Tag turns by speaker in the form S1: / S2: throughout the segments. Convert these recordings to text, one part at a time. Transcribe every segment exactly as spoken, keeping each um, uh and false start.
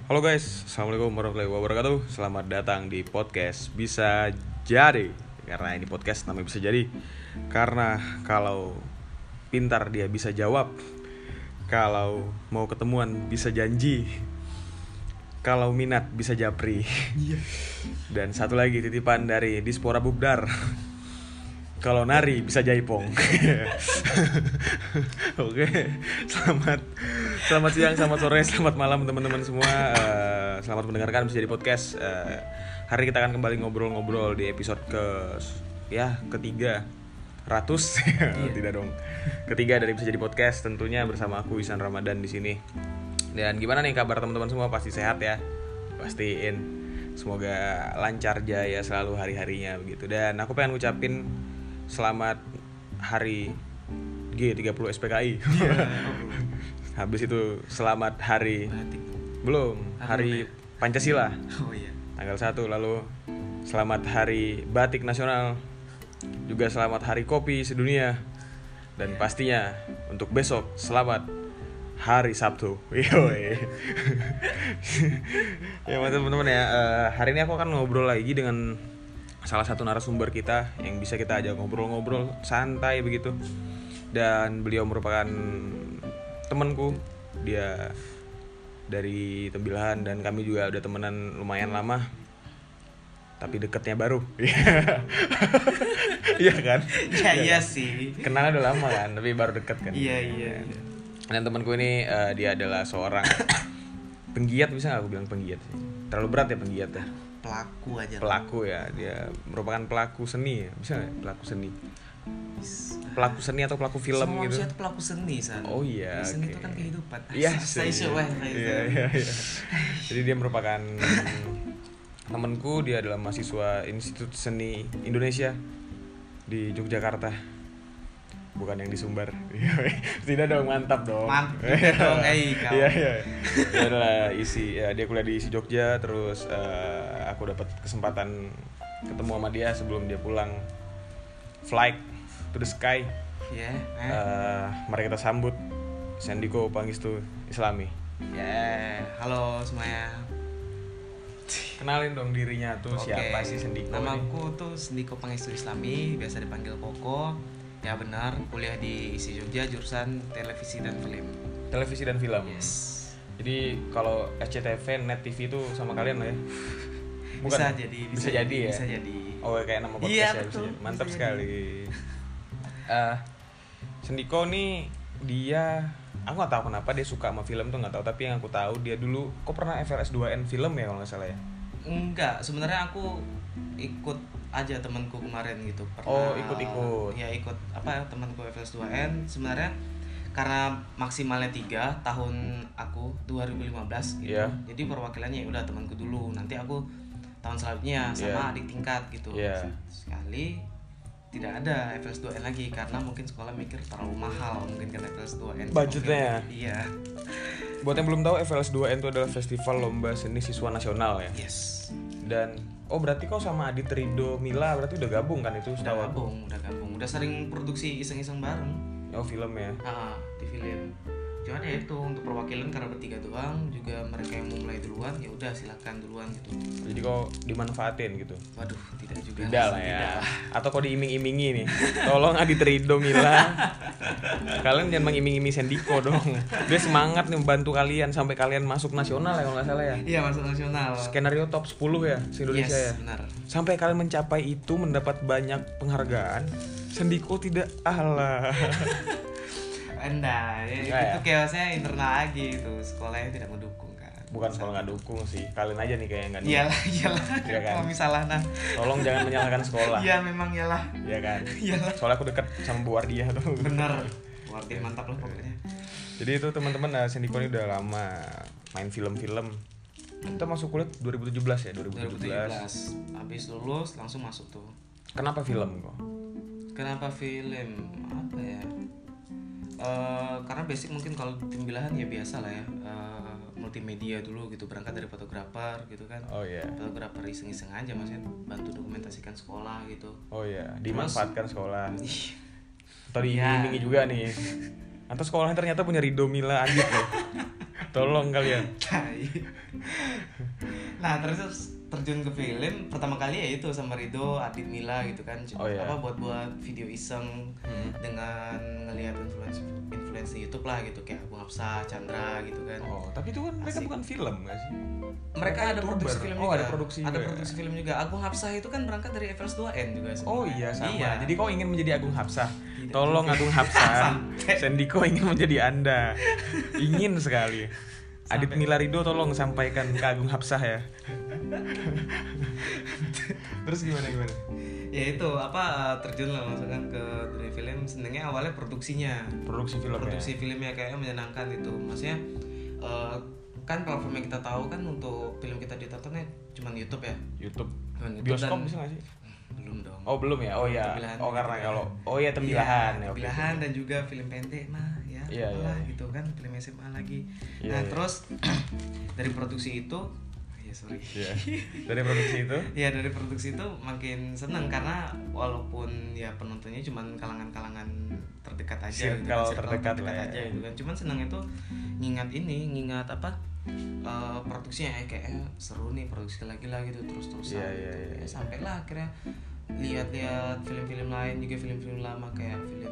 S1: Halo guys, assalamualaikum warahmatullahi wabarakatuh. Selamat datang di podcast Bisa Jadi. Karena ini podcast namanya Bisa Jadi, karena kalau pintar dia bisa jawab, kalau mau ketemuan bisa janji, kalau minat bisa japri. Dan satu lagi titipan dari Dispora Bubdar, kalau nari bisa jaipong. Oke, selamat selamat siang, selamat sore, selamat malam teman-teman semua. Uh, selamat mendengarkan Bisa Jadi Podcast. Uh, hari kita akan kembali ngobrol-ngobrol di episode ke ya ketiga ratus. Tidak dong, ketiga dari Bisa Jadi Podcast. Tentunya bersama aku Ihsan Ramadan di sini. Dan gimana nih kabar teman-teman semua? Pasti sehat ya. Pastiin. Semoga lancar jaya selalu hari-harinya begitu. Dan aku pengen ngucapin selamat hari G tiga puluh S P K I. Yeah. Habis itu selamat hari
S2: Batik.
S1: Belum, hari Pancasila.
S2: Oh iya.
S1: Tanggal satu. Lalu selamat hari Batik Nasional. Juga selamat hari kopi sedunia. Dan yeah. pastinya untuk besok selamat hari Sabtu. Yoi. Ya teman-teman ya, uh, hari ini aku akan ngobrol lagi dengan salah satu narasumber kita yang bisa kita ajak ngobrol-ngobrol santai begitu. Dan beliau merupakan temanku, dia dari Tembilahan dan kami juga udah temenan lumayan lama. Tapi deketnya baru. Iya kan?
S2: Iya iya sih.
S1: Kenalnya udah lama kan, tapi baru deket kan.
S2: Iya iya.
S1: Dan temanku ini uh, dia adalah seorang penggiat, bisa nggak aku bilang penggiat sih? Terlalu berat ya penggiat ya.
S2: Pelaku aja.
S1: Pelaku ya, dia merupakan pelaku seni ya, bisa nggak? Pelaku seni. Pelaku seni atau pelaku film
S2: semua
S1: gitu.
S2: Semua manusia itu pelaku seni, San.
S1: Oh iya.
S2: Seni
S1: okay.
S2: itu kan kehidupan.
S1: Iya
S2: sih.
S1: Iya iya iya. Jadi dia merupakan temanku, dia adalah mahasiswa Institut Seni Indonesia di Yogyakarta. Bukan yang di Sumbar. Tidak dong, mantap dong.
S2: Mantap dong, eh kau.
S1: Iya iya. Dia adalah isi ya, dia kuliah di isi Jogja, terus uh, aku dapat kesempatan ketemu sama dia sebelum dia pulang flight to the sky.
S2: Iya. Yeah,
S1: eh. uh, mari kita sambut Sendiko Pangestu Islami.
S2: Ya, yeah. Halo semuanya.
S1: Kenalin dong dirinya tuh, okay. Siapa sih Sendiko?
S2: Namaku tuh Sendiko Pangestu Islami, biasa dipanggil Koko. Ya benar, kuliah di I S I Jogja jurusan televisi dan film.
S1: Televisi dan film.
S2: Yes.
S1: Jadi kalau S C T V, Net T V itu sama kalian lah ya?
S2: Bukan? Bisa jadi, bisa,
S1: bisa jadi ya.
S2: Bisa jadi.
S1: Oh kayak nama podcast
S2: iya,
S1: ya.
S2: Betul.
S1: Bisa mantap
S2: bisa
S1: sekali. Uh, Sendiko nih dia, aku nggak tahu kenapa dia suka sama film tuh nggak tahu. Tapi yang aku tahu dia dulu, kok pernah F L S dua N film ya kalau nggak salah ya?
S2: Enggak, sebenarnya aku ikut aja temanku kemarin gitu. Pernah,
S1: oh ikut-ikut.
S2: Ya ikut apa temanku F L S dua N sebenarnya karena maksimalnya tiga tahun aku dua ribu lima belas gitu. Yeah. Jadi perwakilannya ya udah temanku dulu. Nanti aku tahun selanjutnya sama yeah. adik tingkat gitu.
S1: Yeah.
S2: Sekali tidak ada F L S dua N lagi karena mungkin sekolah mikir terlalu mahal mungkin kan F L S dua N.
S1: Budgetnya.
S2: Iya.
S1: Buat yang belum tahu, F L S dua N itu adalah Festival Lomba Seni Siswa Nasional ya.
S2: Yes. Dan
S1: oh berarti kau sama Adit Rido Mila berarti udah gabung kan itu?
S2: Udah gabung, udah gabung. Udah sering produksi iseng-iseng bareng.
S1: Oh film ya?
S2: Ah, di film. Cuman ya itu untuk perwakilan karena bertiga doang, juga mereka yang mau mulai duluan ya udah silakan duluan gitu.
S1: Jadi kau dimanfaatin gitu?
S2: Waduh, tidak juga.
S1: Tidak lah ya. Tidak. Atau kau diiming-imingi nih. Tolong Adit Rido Mila. Kalian jangan mengiming-iming Sendiko dong. Dia semangat nih membantu kalian sampai kalian masuk nasional ya kalau nggak salah ya.
S2: Iya, masuk nasional.
S1: Skenario top sepuluh ya se-Indonesia
S2: yes,
S1: ya.
S2: Benar.
S1: Sampai kalian mencapai itu, mendapat banyak penghargaan, Sendiko tidak alah.
S2: Enggak, ya,
S1: nah,
S2: itu chaosnya internal lagi itu, sekolahnya tidak mendukung kan.
S1: Bukan sekolah nggak dukung sih, kalian aja nih kayak nggak dukung.
S2: Iyalah, iyalah.
S1: Ya kan?
S2: Kalau misalnya nah.
S1: Tolong jangan menyalahkan sekolah.
S2: Iya memang iyalah.
S1: Iya kan.
S2: Iyalah.
S1: Soalnya aku dekat sama Bu Wardiah tuh.
S2: Bener. Bu Wardiah mantap lah pokoknya.
S1: Jadi itu teman-teman, nah, Sendiko ini udah lama main film-film. Kita masuk kuliah dua ribu tujuh belas ya, dua ribu tujuh belas.
S2: dua ribu tujuh belas. Habis lulus langsung masuk tuh.
S1: Kenapa film kok?
S2: Kenapa film? Apa ya? Uh, karena basic mungkin kalau Tembilahan ya biasa lah ya, uh, multimedia dulu gitu, berangkat dari fotografer gitu kan.
S1: Oh iya. Yeah.
S2: Fotografer iseng-iseng aja maksudnya bantu dokumentasikan sekolah gitu.
S1: Oh iya, yeah. Dimanfaatkan terus, sekolah. Atau
S2: ya.
S1: diiming-imingi juga nih. Atau sekolahnya ternyata punya Rido Mila Adit nih. Tolong kalian.
S2: Nah terus terjun ke film pertama kali ya itu sama Rido, Adit Mila gitu kan.
S1: Oh, iya.
S2: Apa buat-buat video iseng hmm. dengan ngelihat influencer influencer YouTube lah gitu kayak Agung Hapsah, Chandra gitu kan.
S1: Oh, tapi itu kan mereka
S2: Asik.
S1: bukan film nggak sih?
S2: Mereka,
S1: mereka
S2: ada produksi film
S1: oh,
S2: juga.
S1: ada produksi
S2: ada
S1: juga.
S2: produksi film juga. Agung Hapsah itu kan berangkat dari F L S dua N juga sebenarnya.
S1: Oh iya sama.
S2: Iya.
S1: Jadi kau ingin menjadi Agung Hapsah?
S2: Tidak
S1: Tolong
S2: juga.
S1: Agung Hapsah.
S2: Sampai.
S1: Sendiko ingin menjadi Anda. Ingin sekali. Adit Mila Rido tolong sampaikan ke Agung Hapsah ya. Terus gimana gimana?
S2: Ya itu apa uh, terjun lah langsung kan ke dunia film. Senengnya awalnya produksinya.
S1: Produksi film.
S2: Produksi filmnya kayaknya menyenangkan itu. Maksudnya uh, kan platform yang kita tahu kan untuk film kita ditontonnya cuma YouTube ya.
S1: YouTube.
S2: Cuman YouTube
S1: Bioskop
S2: dan,
S1: bisa nggak sih?
S2: Belum dong.
S1: Oh belum ya. Oh iya.
S2: Tembilahan.
S1: Oh karena kalau oh iya tembilahan.
S2: Iya,
S1: Ya,
S2: tembilahan
S1: oke.
S2: dan juga film pendek mah ya.
S1: Iya,
S2: apalah
S1: iya.
S2: gitu kan film S M A lagi.
S1: Iya,
S2: nah
S1: iya.
S2: terus dari produksi itu ya sorry.
S1: Iya. Dari produksi itu?
S2: Ya dari produksi itu makin seneng karena walaupun ya penontonnya cuma kalangan-kalangan terdekat aja
S1: Circle
S2: gitu kan, circle
S1: terdekat lah ya.
S2: aja gitu kan. Cuman seneng itu ngingat ini, ngingat apa? Uh, produksinya eh, kayaknya seru nih produksi lagi lah gitu terus-terusan
S1: Iya,
S2: gitu.
S1: iya, iya.
S2: Ya, sampailah akhirnya lihat-lihat film-film lain juga film-film lama kayak film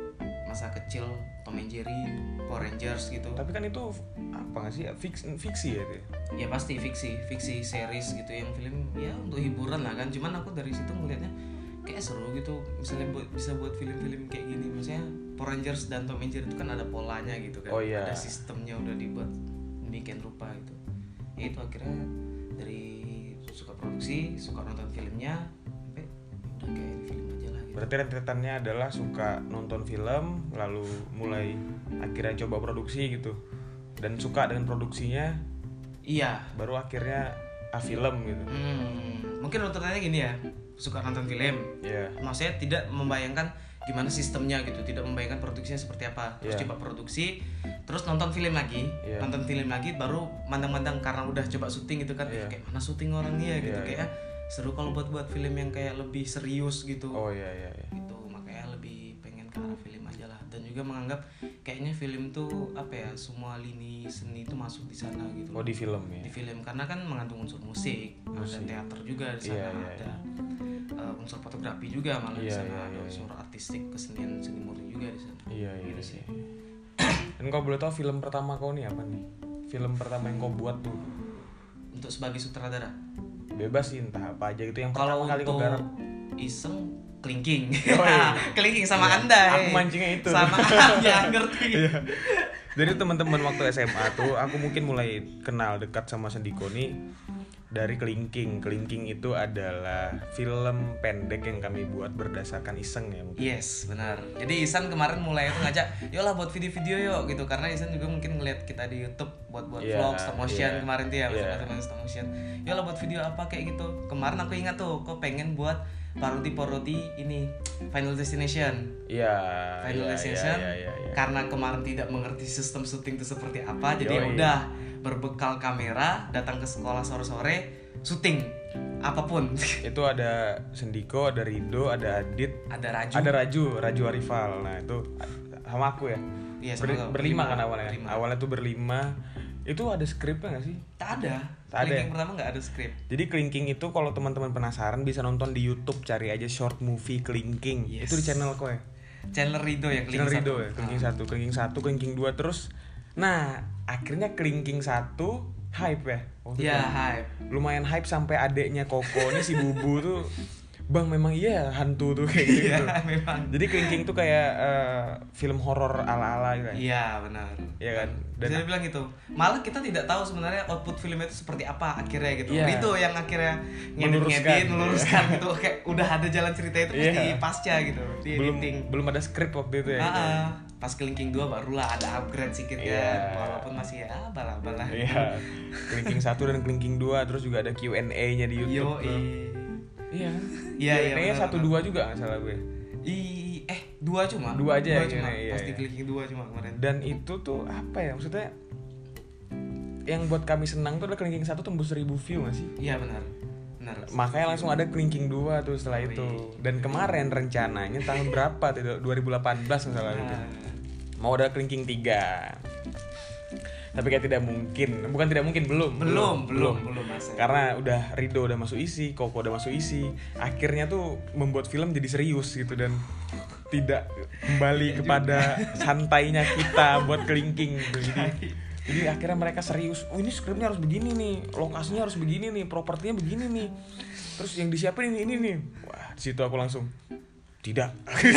S2: masa kecil Tom and Jerry, Power Rangers gitu.
S1: Tapi kan itu apa nggak sih? Fiksi, fiksi ya itu.
S2: Ya pasti fiksi, fiksi series gitu yang film ya untuk hiburan lah kan. Cuman aku dari situ ngelihatnya kayak seru gitu. Misalnya buat bisa buat film-film kayak gini. Maksudnya Power Rangers dan Tom and Jerry itu kan ada polanya gitu kan.
S1: Oh, iya.
S2: Ada sistemnya udah dibuat demikian rupa gitu. Ya itu akhirnya dari suka produksi, suka nonton filmnya sampai udah kayak film aja lah gitu.
S1: Berarti rentetannya adalah suka nonton film, lalu mulai akhirnya coba produksi gitu, dan suka dengan produksinya,
S2: Iya.
S1: baru akhirnya ah film gitu.
S2: Hmm, mungkin urutannya gini ya, suka nonton film.
S1: Iya.
S2: Maksudnya tidak membayangkan gimana sistemnya gitu, tidak membayangkan produksinya seperti apa. Terus
S1: Yeah.
S2: coba produksi, terus nonton film lagi,
S1: Yeah.
S2: nonton film lagi, baru mandang-mandang karena udah coba syuting gitu kan,
S1: Yeah.
S2: kayak mana syuting orangnya gitu,
S1: Yeah,
S2: kayak seru kalau buat-buat film yang kayak lebih serius gitu.
S1: Oh iya iya. iya.
S2: Gitu, makanya lebih pengen ke arah film aja lah. Dan juga menganggap kayaknya film tuh apa ya, semua lini seni itu masuk di sana gitu.
S1: Oh di film ya.
S2: Di film karena kan mengandung unsur musik,
S1: Musik.
S2: ada teater juga di sana,
S1: Iya, iya,
S2: ada uh, unsur fotografi juga malah di
S1: Iya,
S2: sana,
S1: iya,
S2: ada
S1: iya,
S2: unsur artistik kesenian seni murni juga di sana.
S1: Iya iya.
S2: Gitu
S1: iya.
S2: sih.
S1: Dan kau boleh tahu film pertama kau nih apa nih? Film pertama yang kau buat tuh?
S2: Untuk sebagai sutradara.
S1: Bebas sih, entah apa aja gitu yang
S2: Kalau
S1: pertama kali kau
S2: untuk
S1: garap.
S2: iseng kelingking.
S1: Oh, iya.
S2: Kelingking sama
S1: Iya.
S2: Anda.
S1: Aku
S2: eh.
S1: mancingnya itu.
S2: Sama Anda ngerti.
S1: Iya. Jadi teman-teman waktu S M A tuh aku mungkin mulai kenal dekat sama Sendiko nih dari Kelingking. Kelingking itu adalah film pendek yang kami buat berdasarkan iseng ya mungkin.
S2: Yes, benar. Jadi Isan kemarin mulai itu ngajak, "Yuk lah buat video-video yuk." gitu. Karena Isan juga mungkin ngeliat kita di YouTube buat-buat
S1: Iya,
S2: vlog stop motion
S1: iya,
S2: kemarin tuh ya,
S1: iya.
S2: macam-macam stop motion. "Yuk lah buat video apa kayak gitu." Kemarin aku ingat tuh, kok pengen buat parodi-parodi ini Final Destination.
S1: Iya.
S2: Final
S1: iya,
S2: Destination.
S1: iya, iya, iya.
S2: Karena kemarin tidak mengerti sistem syuting itu seperti apa, jadi ya
S1: Yoi.
S2: udah berbekal kamera datang ke sekolah sore-sore syuting apapun.
S1: Itu ada Sendiko, ada Rido, ada Adit,
S2: Ada Raju.
S1: ada Raju, Raju Arifal. Nah, itu sama aku ya.
S2: Iya,
S1: Ber-
S2: sama
S1: berlima,
S2: berlima,
S1: kan awalnya.
S2: berlima.
S1: Awalnya tuh berlima. Itu ada skripnya nggak sih?
S2: Tak ada.
S1: Tak ada
S2: Kelingking
S1: ya?
S2: pertama nggak ada skrip.
S1: Jadi Kelingking itu kalau teman-teman penasaran bisa nonton di YouTube, cari aja short movie Kelingking.
S2: Yes.
S1: Itu di channel kok ya.
S2: Channel Rido ya,
S1: Channel
S2: Kelingking
S1: Rido
S2: satu.
S1: ya, Kelingking
S2: Ah.
S1: satu, Kelingking satu, Kelingking dua terus. Nah, akhirnya Kelingking satu hype ya. waktu
S2: Iya,
S1: itu.
S2: hype.
S1: Lumayan hype sampai adeknya Koko nih si Bubu tuh, "Bang, memang iya hantu tuh kayak gitu."
S2: Iya, memang.
S1: Jadi Kelingking tuh kayak eh, film horor ala-ala gitu. ya.
S2: Iya, benar.
S1: Iya kan? Dan
S2: Bisa dibilang gitu. Malah kita tidak tahu sebenarnya output film itu seperti apa akhirnya gitu.
S1: Iya.
S2: Rido yang akhirnya
S1: Meluruskan,
S2: ngedit-ngedit, meluruskan
S1: iya.
S2: gitu. Kayak udah ada jalan cerita itu
S1: Iya.
S2: pasti pasca gitu. Di
S1: belum
S2: editing.
S1: belum ada skrip waktu itu ya.
S2: Ah,
S1: gitu.
S2: ah. Pas Kelingking dua barulah ada upgrade sedikit
S1: Iya.
S2: kan. Walaupun masih ya bala-bala.
S1: Iya. Kelingking satu dan Kelingking dua terus juga ada Q and A-nya di YouTube.
S2: Yo,
S1: tuh. Iya.
S2: Iya, iya,
S1: Q and A-nya
S2: benar,
S1: satu
S2: benar.
S1: dua juga nggak salah gue.
S2: I eh dua cuma.
S1: Dua aja ya,
S2: cuma.
S1: Q and A, iya,
S2: Pasti
S1: iya.
S2: Kelingking dua cuma kemarin.
S1: Dan itu tuh apa ya maksudnya? Yang buat kami senang tuh adalah Kelingking satu tembus seribu view nggak sih?
S2: Iya benar. Benar.
S1: Makanya langsung ada Kelingking dua tuh setelah
S2: Wih.
S1: itu. Dan kemarin rencananya tahun berapa tuh? dua ribu delapan belas nggak salah itu.
S2: Nah,
S1: Mau ada Kelingking tiga. Tapi kayak tidak mungkin, bukan tidak mungkin, belum
S2: belum belum belum mas.
S1: Karena udah Rido udah masuk isi, Koko udah masuk isi, akhirnya tuh membuat film jadi serius gitu dan tidak kembali kepada santainya kita buat kelingking gitu. Jadi jadi akhirnya mereka serius. Oh ini skripnya harus begini nih, lokasinya harus begini nih, propertinya begini nih. Terus yang disiapin ini ini nih. Wah di situ aku langsung tidak.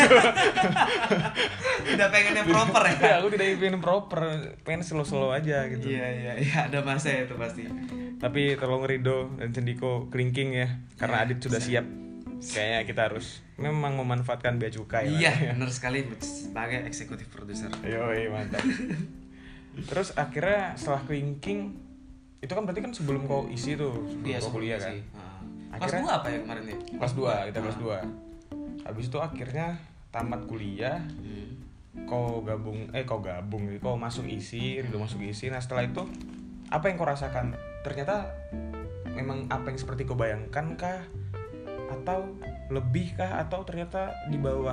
S2: Udah pengennya proper ya?
S1: Ya aku tidak pengen proper, pengen slow-slow aja gitu.
S2: Iya iya iya ada masa itu pasti.
S1: Tapi tolong Rido dan Cendiko kelingking ya, karena Adit sudah siap. Kayaknya kita harus memang memanfaatkan bea cukai.
S2: Iya benar sekali sebagai eksekutif produser.
S1: Yoi mantap. Terus akhirnya setelah kelingking itu kan berarti kan sebelum kau isi tuh, sebelum
S2: Iya,
S1: kau kuliah kan.
S2: Uh. Kelas dua apa ya kemarin ya?
S1: Kelas dua, kita kelas dua. Habis itu akhirnya tamat kuliah. Hmm. Kau gabung eh kau gabung, kau masuk isi, Rido masuk isi. Nah, setelah itu apa yang kau rasakan? Ternyata memang apa yang seperti kau bayangkan kah? Atau lebih kah? Atau ternyata di bawah?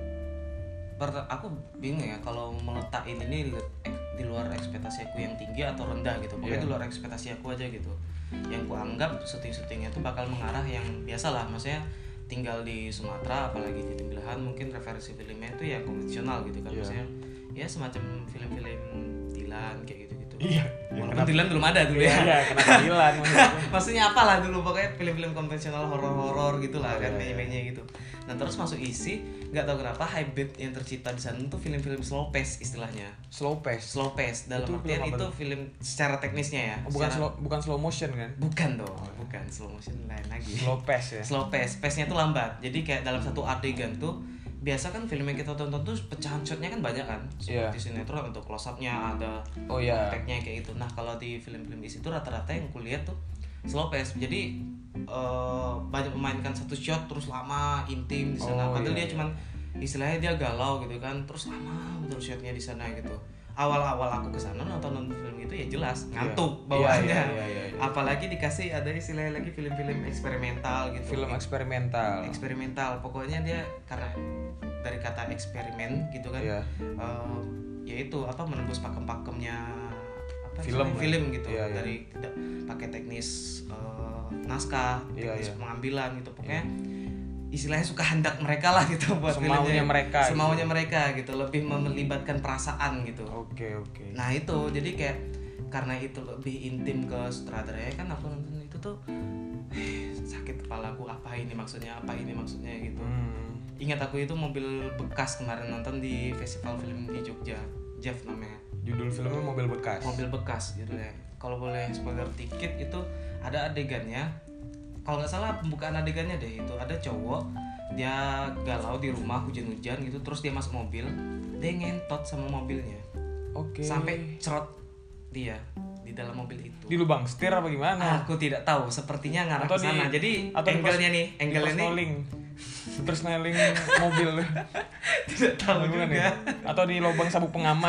S2: Aku bingung ya kalau meletakkan ini di luar ekspektasi aku yang tinggi atau rendah gitu. Pokoknya yeah. di luar ekspektasi aku aja gitu. Yang ku anggap syuting-syutingnya tuh bakal mengarah yang biasa lah, maksudnya tinggal di Sumatera apalagi di Tembelahan mungkin referensi filmnya itu ya konvensional gitu kan. Yeah. Maksudnya ya semacam film-film Dilan kayak gitu-gitu.
S1: Iya.
S2: Walaupun ya, Dilan belum ada dulu ya.
S1: Iya, kenapa Dilan maksudnya.
S2: Maksudnya apalah dulu pokoknya film-film konvensional horor-horor gitulah oh, kan
S1: iya,
S2: mainnya
S1: iya.
S2: gitu. Nah, terus masuk isi, enggak tahu kenapa hybrid yang tercipta di sana tuh film-film slow pace istilahnya.
S1: Slow pace.
S2: Slow pace dalam itu artian film itu film secara teknisnya ya.
S1: Oh, bukan
S2: secara...
S1: slow bukan slow motion kan?
S2: Bukan dong, bukan slow motion lain lagi.
S1: Slow pace ya.
S2: Slow pace. Pace-nya tuh lambat. Jadi kayak dalam satu adegan tuh biasa kan film yang kita tonton tuh pecahan shotnya kan banyak kan, seperti yeah. sinetron untuk close up-nya ada,
S1: oh yeah.
S2: tag-nya kayak gitu. Nah kalau di film-film isi itu rata-rata yang kulihat tuh slow pace, jadi uh, banyak memainkan satu shot terus lama intim di sana. Oh, padahal yeah. dia cuman istilahnya dia galau gitu kan, terus lama betul shotnya di sana gitu. Awal-awal aku kesana nonton nonton film itu ya jelas ngantuk yeah. bawaannya, yeah, yeah, yeah, yeah. apalagi dikasih ada istilahnya lagi film-film eksperimental gitu.
S1: Film eksperimental.
S2: Eksperimental, pokoknya dia karena dari kata eksperimen gitu kan, yeah. uh, yaitu apa menembus pakem-pakemnya apa
S1: film
S2: film gitu, yeah, yeah.
S1: dari
S2: tidak pakai teknis uh, naskah, teknis yeah, yeah. pengambilan gitu, pokoknya. Yeah. Istilahnya suka hendak mereka lah gitu buat
S1: semaunya
S2: filmnya.
S1: mereka
S2: semaunya
S1: gitu.
S2: mereka gitu, lebih melibatkan perasaan gitu.
S1: Oke okay, oke. Okay.
S2: Nah itu jadi kayak karena itu lebih intim ke sutradaranya kan, aku nonton itu tuh eh, sakit kepalaku, apa ini maksudnya, apa ini maksudnya gitu. Hmm. Ingat aku itu mobil bekas kemarin nonton di festival film di Jogja, Jeff namanya.
S1: Judul filmnya mobil bekas.
S2: Mobil bekas gitu ya. Kalau boleh spoiler dikit, itu ada adegannya. Kalau nggak salah pembukaan adegannya deh, itu ada cowok dia galau di rumah hujan-hujan gitu, terus dia masuk mobil, dia ngentot sama mobilnya.
S1: Oke. Okay.
S2: Sampai cerot dia di dalam mobil itu.
S1: Di lubang setir apa gimana?
S2: Aku tidak tahu, sepertinya ngarah ke sana. Jadi angle-nya nih, angle-nya nih.
S1: Terus neling mobil.
S2: Tidak tahu juga.
S1: Ya? Atau di lubang sabuk pengaman.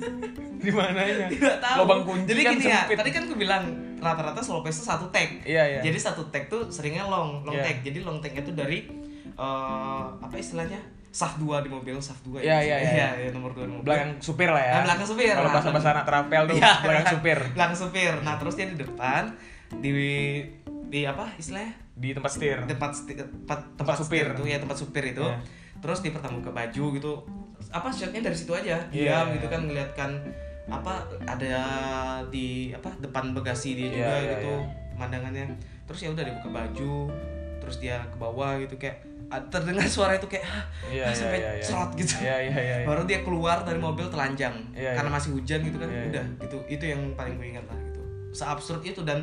S1: Di mananya?
S2: Tidak tahu.
S1: Lubang kunci. Jadi kan
S2: gini ya, tadi kan aku bilang rata-rata slow pace itu satu take.
S1: Iya, iya.
S2: Jadi satu take tuh seringnya long, long
S1: yeah.
S2: take. Jadi long take itu dari uh, apa istilahnya? Saf dua di mobil, saf dua
S1: ya. Iya, iya, iya.
S2: Ya, nomor dua di mobil.
S1: Belakang supir lah ya.
S2: Nah, belakang supir.
S1: Kalau bahasa-bahasa anak terapel tuh
S2: ya,
S1: belakang supir.
S2: Belakang supir. Nah, terus dia di depan di di apa istilahnya?
S1: Di tempat setir.
S2: Tempat tempat, tempat,
S1: tempat supir
S2: itu ya, tempat supir itu. Yeah. Terus dia pertama ke baju gitu. Apa shotnya dari situ aja.
S1: Yeah.
S2: Diam gitu kan, ngeliatkan apa ada di apa depan bagasi dia juga yeah, gitu yeah, yeah. pemandangannya. Terus ya udah dia buka baju, terus dia ke bawah gitu kayak terdengar suara itu kayak
S1: yeah,
S2: ah, sampai
S1: yeah, yeah,
S2: cerot gitu.
S1: Yeah, yeah, yeah, yeah.
S2: Baru dia keluar dari mobil telanjang
S1: yeah,
S2: karena
S1: yeah.
S2: masih hujan gitu kan.
S1: Yeah,
S2: udah
S1: yeah.
S2: gitu. Itu yang paling gue ingat lah gitu. Seabsurd itu dan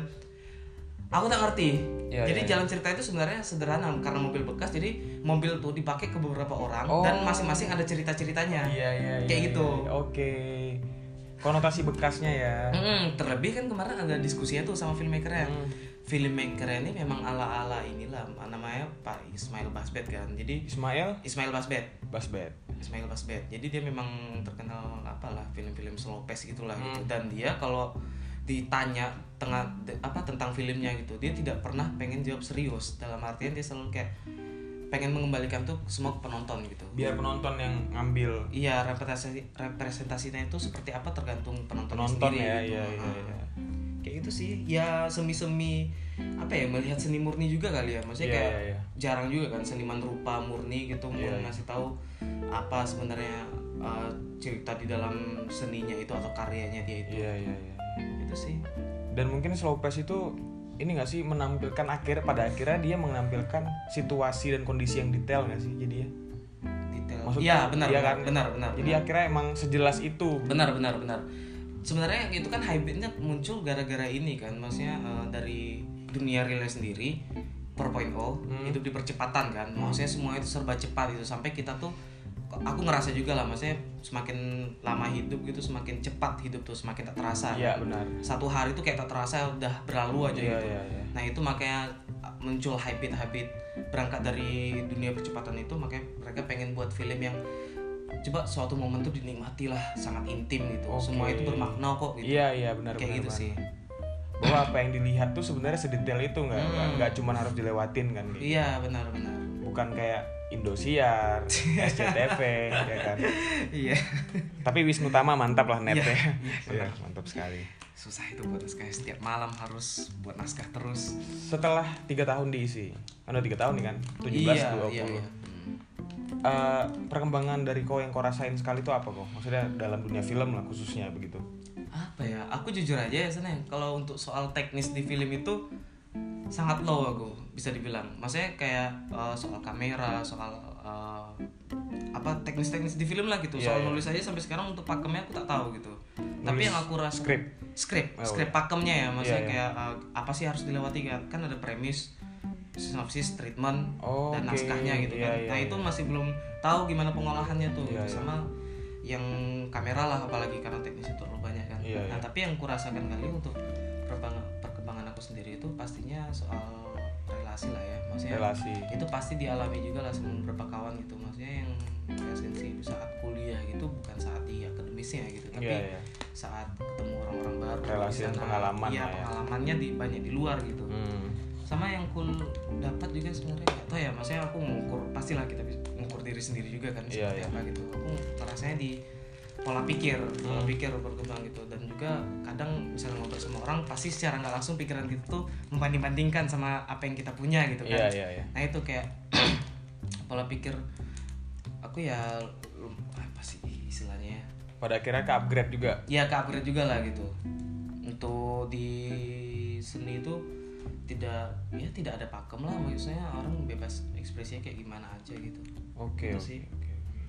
S2: aku tak ngerti. Yeah, jadi yeah, jalan yeah. cerita itu sebenarnya sederhana karena mobil bekas. Jadi mobil tuh dipakai ke beberapa orang oh. dan masing-masing ada cerita-ceritanya.
S1: Iya yeah, iya yeah,
S2: kayak
S1: yeah,
S2: gitu.
S1: Yeah, yeah. Oke. Okay. Konotasi bekasnya ya.
S2: Mm, terlebih kan kemarin ada diskusinya tuh sama filmmaker-nya. Mm. Filmmaker ini memang ala-ala inilah namanya Pak Ismail Basbet kan. Jadi
S1: Ismail
S2: Ismail Basbet.
S1: Basbet.
S2: Ismail Basbet. Jadi dia memang terkenal apalah film-film slow pace gitulah mm. gitu. Dan dia kalau ditanya tengah apa tentang filmnya gitu, dia tidak pernah pengen jawab serius. Dalam artian dia selalu kayak pengen mengembalikan tuh semua ke penonton gitu.
S1: Biar penonton yang ngambil.
S2: Iya, representasi representasinya itu seperti apa tergantung penontonnya
S1: Penonton
S2: sendiri.
S1: ya,
S2: gitu.
S1: iya iya iya.
S2: Kayak gitu sih. Ya semi-semi apa ya, melihat seni murni juga kali ya. Maksudnya
S1: Iya,
S2: kayak
S1: iya, iya.
S2: jarang juga kan seniman rupa murni gitu mau
S1: Iya, iya.
S2: ngasih tahu apa sebenarnya uh, cerita di dalam seninya itu atau karyanya dia itu.
S1: Iya iya iya.
S2: Itu sih.
S1: Dan mungkin slow pace itu ini nggak sih menampilkan akhir pada akhirnya dia menampilkan situasi dan kondisi yang detail nggak sih jadinya?
S2: Detail.
S1: Maksudnya,
S2: Iya benar,
S1: iya
S2: benar,
S1: kan?
S2: benar benar.
S1: Jadi
S2: benar.
S1: akhirnya emang sejelas itu.
S2: Benar benar benar. Sebenarnya itu kan hype-nya muncul gara-gara ini kan, maksudnya uh, dari dunia relay sendiri empat titik nol
S1: Hmm.
S2: hidup di percepatan kan. Maksudnya semua itu serba cepat itu sampai kita tuh, aku ngerasa juga lah, maksudnya semakin lama hidup gitu semakin cepat hidup tuh, semakin tak terasa.
S1: Iya
S2: kan?
S1: benar.
S2: Satu hari tuh kayak tak terasa udah berlalu aja
S1: Iya
S2: gitu.
S1: iya iya.
S2: Nah itu makanya muncul habit-habit berangkat dari dunia percepatan itu, makanya mereka pengen buat film yang coba suatu momen tuh dinikmati lah, sangat intim gitu.
S1: Oke.
S2: Semua itu bermakna kok gitu.
S1: Iya iya benar
S2: Kayak
S1: benar.
S2: gitu
S1: benar.
S2: sih.
S1: Bahwa apa yang dilihat tuh sebenarnya sedetail itu nggak
S2: Hmm.
S1: nggak cuma harus dilewatin kan? Gitu.
S2: Iya benar-benar.
S1: Bukan kayak Indosiar, S C T V, ya kan.
S2: Iya.
S1: Tapi Wisnu Tama mantap lah netnya.
S2: Iya,
S1: Benar, mantap sekali.
S2: Susah itu buat naskah, setiap malam harus buat naskah terus.
S1: Setelah tiga tahun diisi, kan udah tiga tahun nih kan, tujuh belas
S2: Iya,
S1: dua
S2: iya,
S1: puluh.
S2: iya. Hmm.
S1: Eh, perkembangan dari kau yang kau rasain sekali itu apa kok? Maksudnya dalam dunia film lah khususnya begitu.
S2: Apa ya? Aku jujur aja ya Sen, kalau untuk soal teknis di film itu sangat low aku bisa dibilang. Maksudnya kayak uh, soal kamera, soal uh, apa teknis-teknis di film lah gitu.
S1: Iya,
S2: Soal
S1: iya.
S2: nulis aja sampai sekarang untuk pakemnya aku tak tahu gitu.
S1: Nulis
S2: Tapi yang aku rasa
S1: skrip.
S2: skrip,
S1: Oh,
S2: skrip
S1: iya.
S2: pakemnya ya, maksudnya
S1: Iya, iya.
S2: kayak uh, apa sih harus dilewati kan? Kan ada premis, sinopsis, treatment,
S1: Oh,
S2: dan
S1: oke.
S2: naskahnya gitu kan.
S1: Iya, iya,
S2: nah itu
S1: iya.
S2: masih belum tahu gimana pengolahannya tuh,
S1: Iya,
S2: gitu.
S1: iya.
S2: Sama yang kamera lah apalagi karena teknisnya terlalu banyak kan.
S1: Iya,
S2: Nah
S1: iya.
S2: tapi yang kurasakan kali untuk perkembangan, perkembangan aku sendiri itu pastinya soal relasi lah ya, maksudnya
S1: Relasi.
S2: itu pasti dialami juga lah sama beberapa kawan gitu, maksudnya yang esensi saat kuliah gitu bukan saat di akademisnya gitu, tapi
S1: Iya, iya.
S2: saat ketemu orang-orang baru
S1: Relasi
S2: di
S1: dan
S2: sana.
S1: pengalaman
S2: Iya,
S1: lah ya.
S2: pengalamannya di banyak di luar gitu.
S1: Hmm.
S2: Sama yang cool dapat juga sebenarnya nggak tahu ya, maksudnya aku mengukur, pastilah kita bisa mengukur diri sendiri juga kan
S1: Iya,
S2: seperti
S1: iya.
S2: apa gitu. Aku rasanya di pola pikir, pola
S1: Hmm.
S2: pikir berkembang gitu, dan juga kadang misalnya ngobrol sama orang pasti secara nggak langsung pikiran kita tuh membanding-bandingkan sama apa yang kita punya gitu kan.
S1: Iya, iya, iya.
S2: Nah itu kayak pola pikir aku ya lum- apa sih istilahnya ya?
S1: Pada akhirnya ke upgrade juga.
S2: Ya ke upgrade juga lah gitu. Untuk di seni itu tidak ya tidak ada pakem lah, maksudnya orang bebas ekspresinya kayak gimana aja gitu.
S1: Oke,
S2: Itu
S1: oke,
S2: sih.
S1: oke.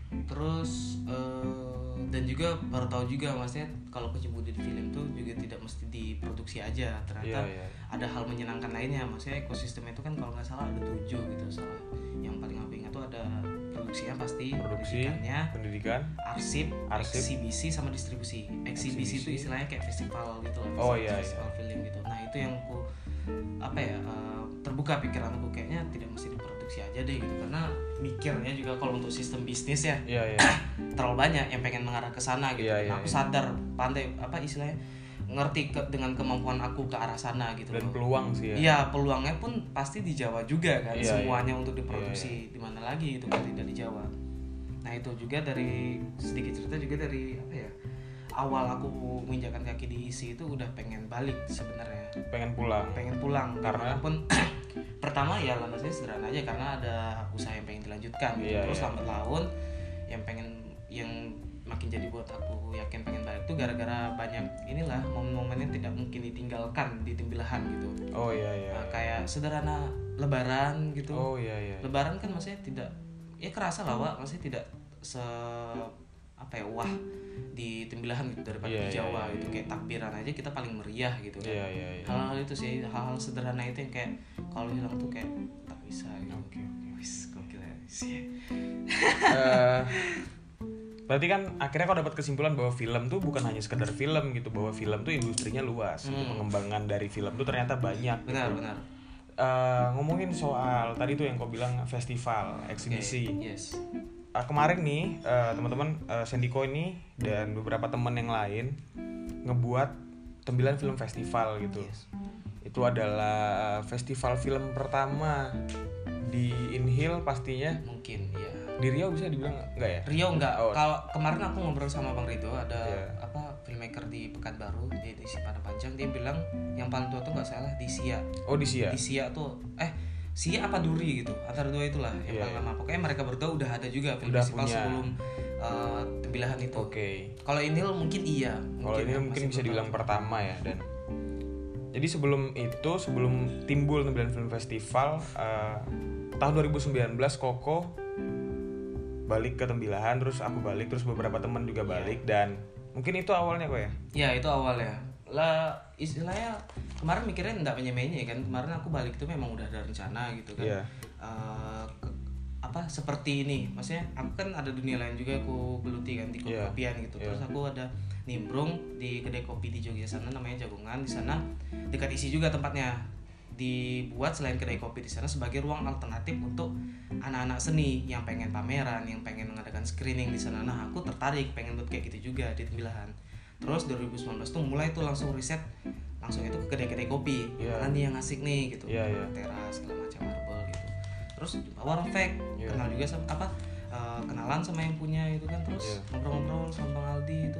S2: Terus eh, dan juga baru tahu juga maksudnya kalau keceburi di film tuh juga tidak mesti diproduksi aja, ternyata
S1: Iya, iya.
S2: ada hal menyenangkan lainnya. Maksudnya ekosistem itu kan kalau nggak salah ada tujuh gitu, salah yang paling aku ingat tuh ada produksinya pasti,
S1: Produksi,
S2: pendidikannya,
S1: pendidikan.
S2: arsip,
S1: Arsip.
S2: eksibisi sama distribusi. Eksibisi itu
S1: Eksibisi.
S2: istilahnya kayak festival gitu loh,
S1: Oh,
S2: festival-
S1: iya,
S2: festival film gitu. Nah itu yang aku apa ya eh, terbuka pikiranku, kayaknya tidak mesti diproduksi aja deh gitu, karena mikirnya juga kalau untuk sistem bisnis ya
S1: Iya, iya.
S2: terlalu banyak yang pengen mengarah ke sana gitu.
S1: Iya,
S2: Dan
S1: iya,
S2: aku
S1: iya.
S2: sadar, pandai apa istilahnya, ngerti ke, dengan kemampuan aku ke arah sana gitu
S1: Dan
S2: loh.
S1: peluang sih ya.
S2: Iya, peluangnya pun pasti di Jawa juga kan,
S1: Iya,
S2: semuanya
S1: iya.
S2: untuk diproduksi di mana lagi itu kan tidak di Jawa. Nah itu juga dari sedikit cerita juga dari apa ya, awal aku menginjakan kaki di I S I itu udah pengen balik sebenarnya,
S1: Pengen pulang.
S2: pengen pulang
S1: Karena?
S2: pun pertama ya lantasnya sederhana aja, karena ada usaha yang pengen dilanjutkan gitu.
S1: Iya,
S2: Terus
S1: iya.
S2: lambat laun yang pengen yang makin jadi buat aku yakin pengen balik tuh gara-gara banyak inilah momen-momen yang tidak mungkin ditinggalkan di Timbilahan gitu.
S1: Oh iya, iya.
S2: Nah, kayak sederhana Lebaran gitu.
S1: Oh iya, iya.
S2: Lebaran kan maksudnya tidak ya kerasa lah Wak, maksudnya tidak se apa ya wah di Timbilahan gitu daripada
S1: Iya,
S2: di
S1: iya,
S2: Jawa
S1: iya,
S2: gitu,
S1: iya.
S2: kayak takbiran aja kita paling meriah gitu kan.
S1: Iya, iya, iya.
S2: Hal-hal itu sih, hal-hal sederhana itu yang kayak kalau hilang tuh kayak tak bisa gitu.
S1: Oke, oke.
S2: Wis gokil ya sih.
S1: Eh, berarti kan akhirnya kau dapat kesimpulan bahwa film tuh bukan hanya sekedar film gitu, bahwa film tuh industrinya luas, gitu.
S2: Hmm.
S1: Pengembangan dari film tuh ternyata banyak.
S2: Benar,
S1: gitu.
S2: benar.
S1: Eh, ngomongin soal tadi tuh yang kau bilang festival, eksibisi.
S2: Okay, yes.
S1: Eh, kemarin nih eh, teman-teman eh, Sendiko ini dan beberapa teman yang lain ngebuat Tembilan Film Festival gitu.
S2: Yes.
S1: Itu adalah festival film pertama Di Inhil pastinya.
S2: Mungkin ya.
S1: Di Riau bisa dibilang enggak ya?
S2: Riau enggak.
S1: Oh.
S2: Kalau kemarin aku ngobrol sama Bang Rido, ada
S1: yeah.
S2: apa filmmaker di Pekanbaru, di di Padang Panjang, dia bilang yang paling tua tuh enggak salah di Sia.
S1: Oh, di Sia.
S2: Di Sia tuh eh Sia apa Duri gitu. Antara dua itulah yang
S1: yeah,
S2: paling
S1: yeah.
S2: lama. Pokoknya mereka berdua udah ada juga film
S1: udah
S2: festival
S1: punya.
S2: sebelum uh, Tembilahan itu.
S1: Oke. Okay.
S2: Kalau Inhil mungkin iya.
S1: Kalau ini mungkin bisa dibilang pertama ya. Dan jadi sebelum itu, sebelum timbul Tembilahan Film Festival, uh, tahun dua ribu sembilan belas Koko balik ke Tembilahan, terus aku balik, terus beberapa teman juga balik, yeah. Dan mungkin itu awalnya kok ya?
S2: Ya itu awalnya. Lah istilahnya kemarin mikirnya nggak menye-menye kan. Kemarin aku balik itu memang udah ada rencana gitu kan.
S1: Yeah.
S2: Uh, ke, apa seperti ini, maksudnya aku kan ada dunia lain juga aku geluti kan di kopi-kopian yeah. gitu. Terus yeah. aku ada nimbrung di kedai kopi di Jogja sana namanya Jagungan. Di sana dekat isi juga tempatnya, dibuat selain kedai kopi di sana sebagai ruang alternatif untuk anak-anak seni yang pengen pameran, yang pengen mengadakan screening di sana. Nah aku tertarik pengen buat kayak gitu juga di Tembilahan. Terus dua ribu sembilan belas tuh mulai tuh langsung riset, langsung itu ke kedai-kedai kopi, yeah. mana nih yang asik nih gitu,
S1: yeah, yeah.
S2: teras segala macam marble gitu. Terus warung fake, yeah. kenal juga sama apa uh, kenalan sama yang punya itu kan. Terus yeah. ngobrol-ngobrol sama Bang Aldi itu.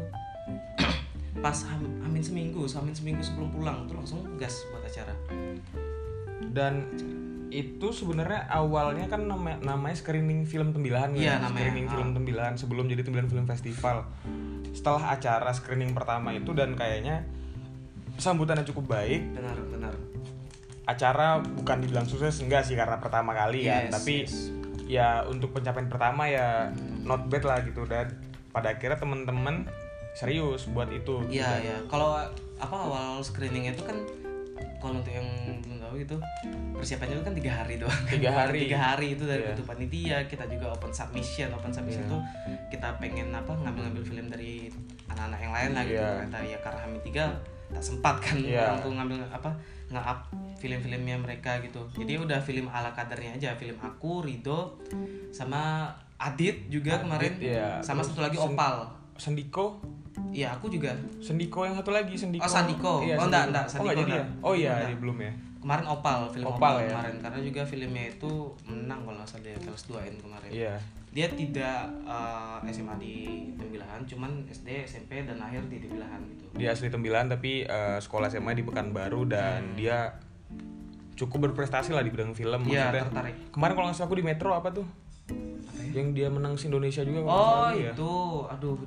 S2: Pas ham- amin seminggu, amin seminggu sebelum pulang tuh langsung gas buat acara.
S1: Dan itu sebenarnya awalnya kan nama, namanya screening film Tembilahan
S2: ya,
S1: ya, screening ah. film Tembilahan sebelum jadi Tembilahan Film Festival. Setelah acara screening pertama itu dan kayaknya sambutannya cukup baik.
S2: Benar, benar.
S1: Acara bukan dibilang sukses enggak sih karena pertama kali yes, kan, tapi yes. ya untuk pencapaian pertama ya hmm. not bad lah gitu, dan pada akhirnya teman-teman serius buat itu.
S2: Iya iya. Kalau apa awal screening itu kan kalau untuk yang belum tahu gitu persiapannya itu kan tiga hari doang.
S1: Tiga hari.
S2: Tiga hari itu dari
S1: yeah.
S2: bentuk panitia, kita juga open submission, open submission itu
S1: yeah.
S2: kita pengen apa ngambil-ngambil film dari anak-anak yang lain lah gitu.
S1: Yeah.
S2: Ternyata ya karena Hamid tiga tak sempat kan
S1: yeah.
S2: untuk ngambil apa nge-up film-filmnya mereka gitu. Jadi udah film ala kadarnya aja, film aku, Rido, sama Adit juga Adit, kemarin, yeah. sama terus satu lagi Sen- Opal.
S1: Sendiko.
S2: Iya, aku juga.
S1: Sendiko yang satu lagi, Sendiko.
S2: Oh, Sandiko.
S1: Iya,
S2: oh, enggak, enggak,
S1: Sandiko. Oh, enggak jadi ya? Oh iya, dia belum ya.
S2: Kemarin Opal, film
S1: Opal,
S2: Opal
S1: ya?
S2: kemarin karena juga filmnya itu menang kalau enggak salah di kelas dua N kemarin.
S1: Iya.
S2: Dia tidak uh, S M A di Tembilahan, cuman S D, S M P dan akhir di Tembilahan gitu.
S1: Dia asli Tembilahan tapi uh, sekolah S M A di Pekanbaru dan hmm. dia cukup berprestasi lah di bidang film.
S2: Iya, tertarik.
S1: Kemarin kalau nggak salah aku di Metro apa tuh?
S2: Apa ya?
S1: Yang dia menang si Indonesia juga.
S2: Oh itu, ya. aduh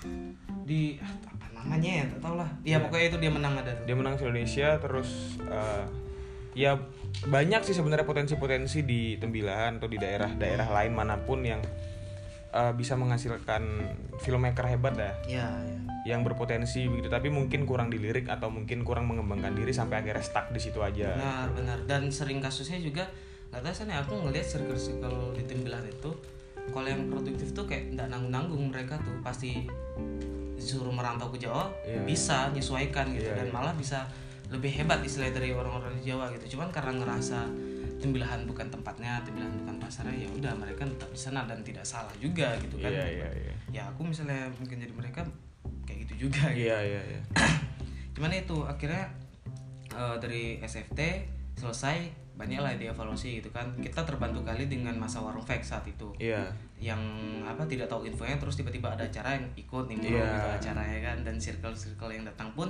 S2: di apa namanya ya, tak tahu lah. Iya ya. Pokoknya itu dia menang ada tuh.
S1: Dia menang si Indonesia terus uh, ya banyak sih sebenarnya potensi-potensi di Tembilahan atau di daerah-daerah lain manapun yang uh, bisa menghasilkan filmmaker hebat ya.
S2: Iya, ya.
S1: Yang berpotensi begitu, tapi mungkin kurang dilirik atau mungkin kurang mengembangkan diri sampai akhirnya stuck di situ aja.
S2: Benar, benar. Dan sering kasusnya juga nggak tahu sih, aku ngelihat circle-circle di Tembilahan itu kalau yang produktif tuh kayak nggak nanggung-nanggung, mereka tuh pasti disuruh merantau ke Jawa, yeah, bisa menyesuaikan gitu, yeah, dan yeah. malah bisa lebih hebat istilah dari orang-orang di Jawa gitu. Cuman karena ngerasa Tembilahan bukan tempatnya, Tembilahan bukan pasarnya, ya udah mereka tetap di sana dan tidak salah juga gitu kan.
S1: Yeah, yeah, yeah.
S2: Ya aku misalnya mungkin jadi mereka kayak gitu juga gitu.
S1: Iya, iya, iya.
S2: Cuman itu akhirnya uh, dari S F T selesai, banyak lah dievaluasi gitu kan. Kita terbantu kali dengan masa warung fake saat itu.
S1: Iya.
S2: Yang apa tidak tahu infonya, terus tiba-tiba ada acara yang ikut nimbrung
S1: yeah.
S2: gitu acaranya kan, dan circle-circle yang datang pun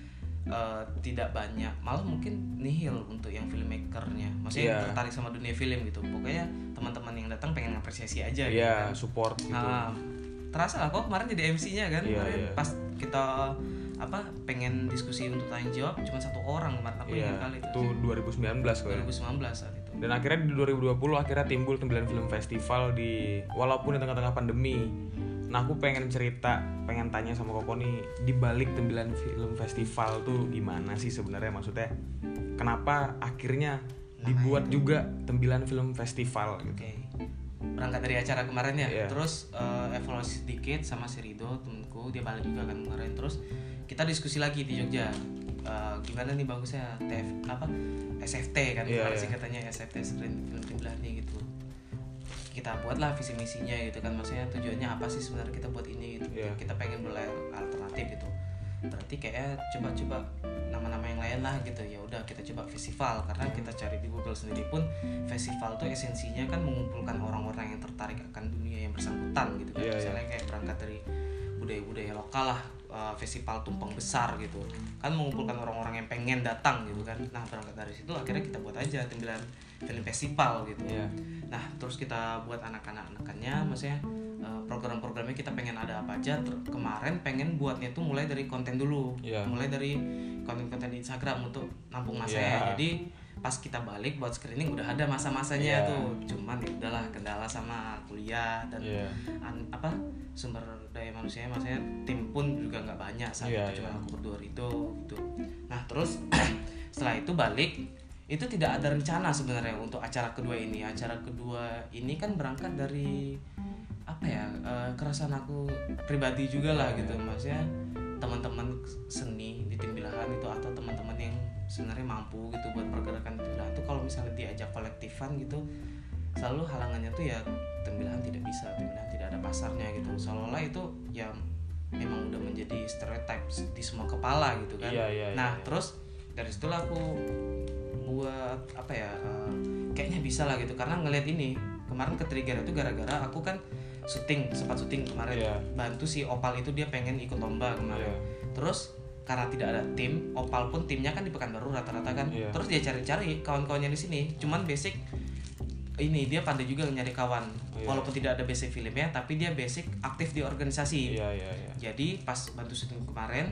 S2: uh, tidak banyak, malah mungkin nihil untuk yang filmmakernya. Maksudnya yeah. tertarik sama dunia film gitu. Pokoknya teman-teman yang datang pengen apresiasi aja gitu.
S1: Iya,
S2: kan.
S1: support gitu.
S2: Nah, terasa lah kok kemarin jadi M C-nya kan.
S1: Yeah,
S2: kemarin
S1: yeah.
S2: pas kita apa pengen diskusi untuk tanya jawab cuma satu orang kemarin, aku
S1: yeah,
S2: ingat kali itu.
S1: Itu dua ribu sembilan belas kok.
S2: dua ribu sembilan belas saat itu.
S1: Dan akhirnya di dua ribu dua puluh akhirnya timbul Tembilahan Film Festival di walaupun di tengah-tengah pandemi. Nah, aku pengen cerita, pengen tanya sama Koko nih, di balik Tembilahan Film Festival tuh gimana sih sebenarnya, maksudnya kenapa akhirnya namanya dibuat juga Tembilahan Film Festival gitu.
S2: Okay. Berangkat dari acara kemarin ya,
S1: yeah.
S2: terus uh, evaluasi sedikit sama si Rido temenku, dia balik juga kan kemarin, terus kita diskusi lagi di Jogja, uh, gimana nih bagusnya T F apa S F T kan, yeah, yeah. katanya S F T screen film Tembilahan nih gitu. Kita buatlah visi misinya gitu kan, maksudnya tujuannya apa sih sebenarnya kita buat ini gitu. Yeah. Kita pengen mulai alternatif gitu. Berarti kayak coba-coba nama-nama sama yang lain lah gitu. Ya udah kita coba festival, karena kita cari di Google sendiri pun festival tuh esensinya kan mengumpulkan orang-orang yang tertarik akan dunia yang bersangkutan gitu kan.
S1: Yeah,
S2: Misalnya
S1: yeah.
S2: kayak berangkat dari budaya-budaya lokal lah, uh, festival tumpeng besar gitu kan, mengumpulkan orang-orang yang pengen datang gitu kan. Nah berangkat dari situ akhirnya kita buat aja Tembilan Film Festival gitu.
S1: Yeah.
S2: Nah terus kita buat anak-anak-anakannya, maksudnya uh, program-programnya kita pengen ada apa aja. Ter- kemarin pengen buatnya tuh mulai dari konten dulu,
S1: Yeah.
S2: mulai dari konten-konten di Instagram untuk nampung masa
S1: Yeah.
S2: ya. Jadi pas kita balik buat screening udah ada masa-masanya
S1: Yeah.
S2: tuh. Cuman ya udahlah, kendala sama kuliah dan
S1: Yeah.
S2: an- apa sumber daya manusia, maksudnya tim pun juga nggak banyak saat
S1: Yeah,
S2: itu, cuma
S1: yeah.
S2: aku berdua Rido gitu. Nah terus setelah itu balik, itu tidak ada rencana sebenarnya untuk acara kedua ini. Acara kedua ini kan berangkat dari apa ya, uh, keresahan aku pribadi juga lah gitu, maksudnya teman-teman seni di Timbilahan itu atau teman-teman yang sebenarnya mampu gitu buat pergerakan Timbilahan tuh, kalau misalnya diajak kolektifan gitu selalu halangannya tuh ya Timbilahan tidak bisa, Timbilahan tidak ada pasarnya gitu, seolah-olah itu ya memang udah menjadi stereotype di semua kepala gitu kan.
S1: Iya, iya,
S2: nah
S1: iya.
S2: terus dari situlah aku buat apa ya, uh, kayaknya bisa lah gitu, karena ngelihat ini kemarin ke-trigger itu gara-gara aku kan syuting, sempat syuting kemarin,
S1: Yeah.
S2: bantu si Opal itu, dia pengen ikut lomba kemarin.
S1: Yeah.
S2: Terus karena tidak ada tim, Opal pun timnya kan di Pekanbaru rata-rata kan.
S1: Yeah.
S2: Terus dia cari-cari kawan-kawannya di sini. Cuman basic ini dia pandai juga nyari kawan.
S1: Yeah.
S2: Walaupun tidak ada basic filmnya, tapi dia basic aktif di organisasi.
S1: Iya, iya, iya.
S2: Jadi pas bantu syuting kemarin,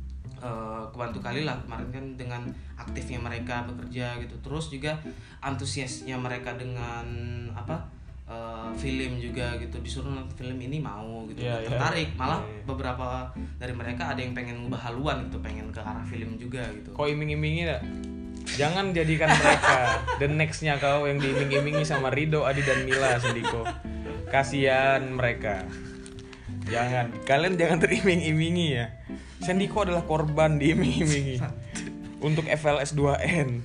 S2: uh, kebantu kali lah kemarin kan dengan aktifnya mereka bekerja gitu. Terus juga antusiasnya mereka dengan apa? Uh, film juga gitu, disuruh nonton film ini mau gitu,
S1: Yeah, yeah.
S2: tertarik. Malah
S1: Yeah, yeah.
S2: beberapa dari mereka ada yang pengen ngubah haluan gitu, pengen ke arah film juga gitu.
S1: Kau iming-imingi gak? Jangan jadikan mereka the nextnya kau yang diiming-imingi sama Rido, Adi dan Mila Sendiko. Kasihan mereka. Jangan, kalian jangan teriming-imingi ya. Sendiko adalah korban diiming-imingi untuk F L S dua N.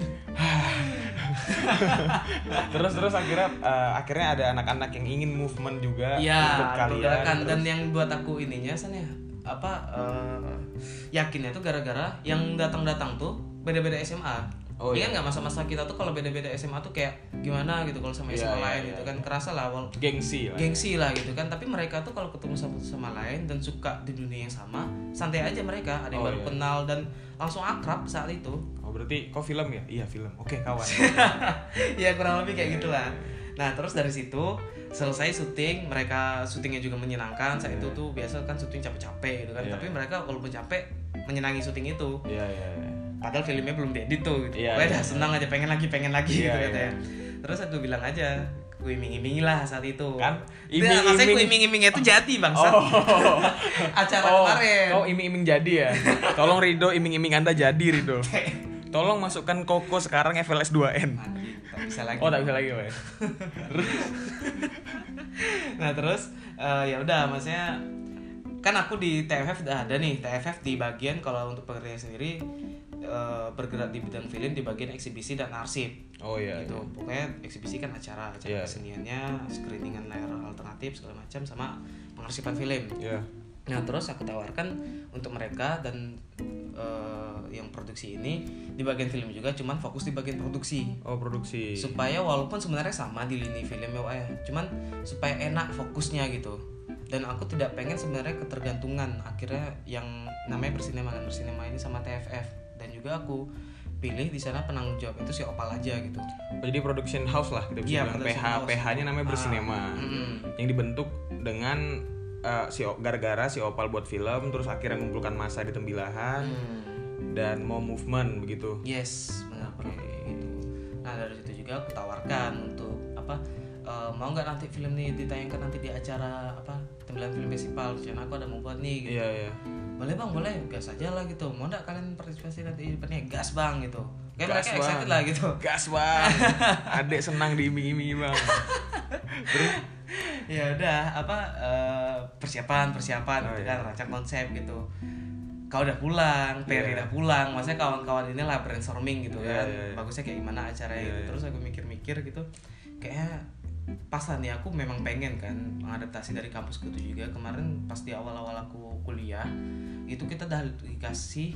S1: terus terus akhirnya uh, akhirnya ada anak-anak yang ingin movement juga
S2: Iya,
S1: ikut kalian.
S2: pergerakan.
S1: Terus-
S2: Dan yang buat aku ininya san ya apa uh, yakinnya tuh gara-gara yang datang-datang tuh beda-beda S M A.
S1: Oh,
S2: Iya
S1: iya.
S2: nggak, masa-masa kita tuh kalau beda-beda S M A tuh kayak gimana gitu kalau sama S M A
S1: Iya, iya,
S2: lain
S1: iya,
S2: gitu
S1: iya.
S2: kan, kerasa lah awal
S1: gengsi lah.
S2: gengsi lah gitu kan. Tapi mereka tuh kalau ketemu satu sama lain dan suka di dunia yang sama, santai aja mereka, ada yang
S1: Oh,
S2: baru
S1: iya.
S2: kenal dan langsung akrab saat itu.
S1: Oh berarti kau film ya? Iya film. Oke kawan.
S2: Ya kurang lebih kayak gitulah. Nah terus dari situ selesai syuting, mereka syutingnya juga menyenangkan. Saat itu
S1: Yeah.
S2: tuh biasa kan syuting capek-capek gitu kan,
S1: Yeah.
S2: tapi mereka walaupun capek menyenangi syuting itu.
S1: Iya iya. iya.
S2: Padahal filmnya belum diedit tuh gitu.
S1: Iya,
S2: Pokoknya
S1: iya,
S2: dah
S1: iya.
S2: senang aja, pengen lagi pengen lagi
S1: Iya,
S2: gitu
S1: iya.
S2: katanya. Terus aku bilang aja, gue iming-imingi lah saat itu.
S1: Kan,
S2: Iming maksudnya
S1: iming-iming.
S2: gue iming-imingnya tuh jadi bangsa.
S1: Oh.
S2: Acara
S1: Oh,
S2: kemarin.
S1: kau iming-iming jadi ya? Tolong Rido, iming-iming Anda jadi Rido. Tolong masukkan Koko sekarang F L S dua N.
S2: Anjing, tak bisa lagi.
S1: Oh tak bisa lagi Pak.
S2: Nah terus uh, ya udah, maksudnya kan aku di T F F udah ada nih. T F F di bagian kalau untuk pekerjaan sendiri uh, bergerak di bidang film di bagian eksibisi dan arsip.
S1: Oh iya.
S2: Gitu.
S1: iya.
S2: Pokoknya eksibisi kan acara, acara
S1: Iya.
S2: keseniannya, screeningan layar alternatif segala macam, sama pengarsipan film.
S1: Iya.
S2: Nah terus aku tawarkan untuk mereka dan uh, yang produksi ini di bagian film juga, cuman fokus di bagian produksi.
S1: Oh produksi.
S2: Supaya walaupun sebenarnya sama di lini film ya, cuman supaya enak fokusnya gitu. Dan aku tidak pengen sebenarnya ketergantungan akhirnya yang namanya bersinema kan, bersinema ini sama T F F. Dan juga aku pilih di sana penanggung jawab itu si Opal aja gitu.
S1: Oh, jadi production house lah kita bisa
S2: Iya,
S1: bilang. P
S2: production
S1: H
S2: house.
S1: P H-nya namanya
S2: Ah,
S1: Bersinema.
S2: mm-mm.
S1: Yang dibentuk dengan uh, si O- gara-gara si Opal buat film, terus akhirnya mengumpulkan massa di Tembilahan
S2: Hmm.
S1: dan mau movement begitu.
S2: Yes, benar
S1: Oke.
S2: gitu. Nah dari situ juga aku tawarkan untuk apa, uh, mau nggak nanti film ini ditayangkan nanti di acara apa Tembilahan Film Festival, channel aku ada mau buat nih gitu.
S1: Iya iya.
S2: Boleh bang, boleh, gas aja lah gitu. Mau nggak kalian partisipasi nanti di depannya? Gas bang gitu. Kayak
S1: Gas,
S2: mereka excited
S1: Bang.
S2: lah gitu.
S1: Gas bang. Adek senang diiming-imingi bang. Terus
S2: Ya udah apa, uh, persiapan persiapan
S1: Oh,
S2: gitu
S1: iya.
S2: kan, rancang konsep gitu. Kau udah pulang, Perry
S1: Iya.
S2: udah pulang, maksudnya kawan-kawan ini lah brainstorming gitu
S1: Iya,
S2: kan.
S1: iya, iya.
S2: Bagusnya kayak gimana acaranya
S1: Iya,
S2: gitu.
S1: iya.
S2: Terus aku mikir-mikir gitu, kayaknya pas lah nih aku memang pengen kan mengadaptasi dari kampusku itu juga. Kemarin pas di awal-awal aku kuliah itu kita udah dikasih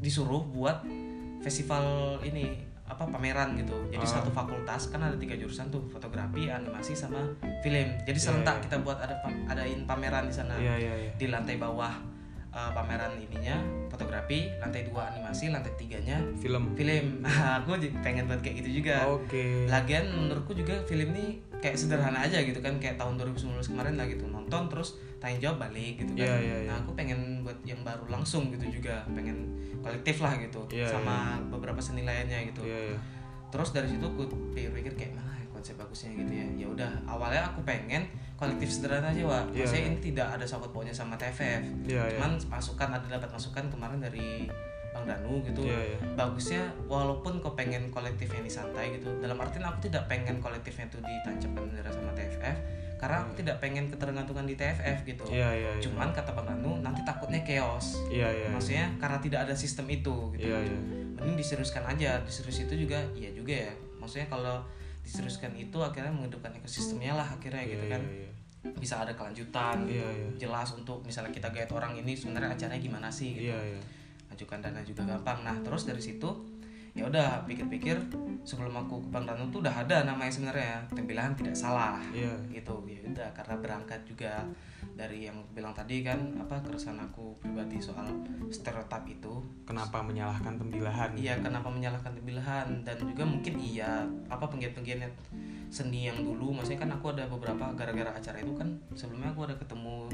S2: disuruh buat festival ini apa pameran gitu. Jadi uh. satu fakultas kan ada tiga jurusan tuh, fotografi, animasi sama film. Jadi serentak yeah, yeah. kita buat ada adain pameran di sana.
S1: Yeah, yeah, yeah.
S2: Di lantai bawah uh, pameran ininya fotografi, lantai dua animasi, lantai tiganya
S1: film.
S2: Film. Aku pengen buat kayak gitu juga.
S1: Oke. Okay.
S2: Lagian menurutku juga film ini kayak sederhana aja gitu kan, kayak tahun dua ribu sembilan belas kemarin lah gitu, nonton terus tanya jawab balik gitu kan.
S1: Yeah, yeah, yeah.
S2: Nah, aku pengen buat yang baru langsung gitu juga, pengen kolektif lah gitu,
S1: yeah,
S2: sama
S1: yeah.
S2: beberapa seni lainnya gitu.
S1: Yeah, yeah.
S2: Terus dari situ aku pikir-pikir kayak mana konsep bagusnya gitu ya. Ya udah, awalnya aku pengen kolektif sederhana aja, Wak. Maksudnya yeah, yeah. ini tidak ada sangkut pautnya sama T F F. Yeah, Cuman yeah. masukan ada dapat masukan kemarin dari Bang Danu gitu. Yeah, yeah. Bagusnya walaupun kau pengen kolektifnya ini santai gitu. Dalam artian aku tidak pengen kolektifnya itu ditancapkan bendera sama T F F. Karena aku tidak pengen ketergantungan di T F F gitu.
S1: Yeah, yeah, yeah.
S2: Cuman kata Bang Danu nanti takutnya chaos.
S1: Yeah, yeah,
S2: Maksudnya yeah. karena tidak ada sistem itu gitu.
S1: Yeah, yeah.
S2: Mending diseriuskan aja. Diserius itu juga iya juga ya. Maksudnya kalau diseriuskan itu akhirnya menghidupkan ekosistemnya lah akhirnya yeah, gitu kan. Yeah, yeah. Bisa ada kelanjutan
S1: yeah, yeah.
S2: jelas untuk misalnya kita guide orang ini sebenarnya acaranya gimana sih gitu. Yeah, yeah. Ajukan dana juga gampang. Nah, terus dari situ ya udah pikir-pikir sebelum aku ke Bang Danu tuh udah ada namanya sebenarnya Tembilahan Tidak Salah. Yeah. Gitu. Ya udah karena berangkat juga dari yang aku bilang tadi kan apa keresahan aku pribadi soal stereotip itu.
S1: Kenapa menyalahkan Tembilahan?
S2: Iya, kenapa menyalahkan Tembilahan, dan juga mungkin iya apa penggiat-penggiat seni yang dulu, maksudnya kan aku ada beberapa gara-gara acara itu kan sebelumnya aku ada ketemu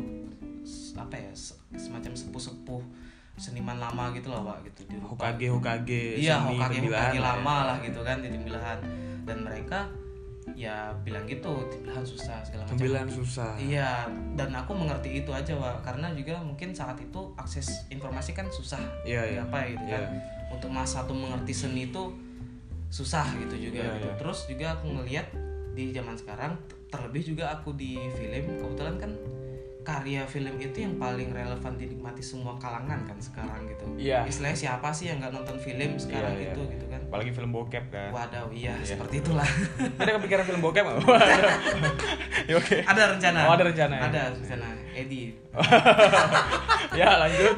S2: apa ya semacam sepuh-sepuh seniman lama gitu loh, Pak, gitu di
S1: Hokage Hokage
S2: iya Hokage Hokage lama lah gitu kan di Tembilahan, dan mereka ya bilang gitu Tembilahan susah segala macam.
S1: Tembilahan susah.
S2: Iya, dan aku mengerti itu aja, Pak, karena juga mungkin saat itu akses informasi kan susah.
S1: Iya, iya.
S2: Apa gitu kan. Iya. Untuk masa satu mengerti seni itu susah gitu juga iya, gitu. Iya. Terus juga aku ngelihat di zaman sekarang, terlebih juga aku di film, kebetulan kan karya film itu yang paling relevan dinikmati semua kalangan kan sekarang gitu. Iya. Istilahnya siapa sih yang nggak nonton film sekarang iya, itu iya. gitu kan?
S1: Apalagi film bokep kan.
S2: Waduh, iya, iya. seperti itulah.
S1: Ada kepikiran film bokep nggak? Ya, oke. Okay.
S2: Ada rencana.
S1: Oh, ada rencana. Ya?
S2: Ada rencana. Edi.
S1: Ya lanjut.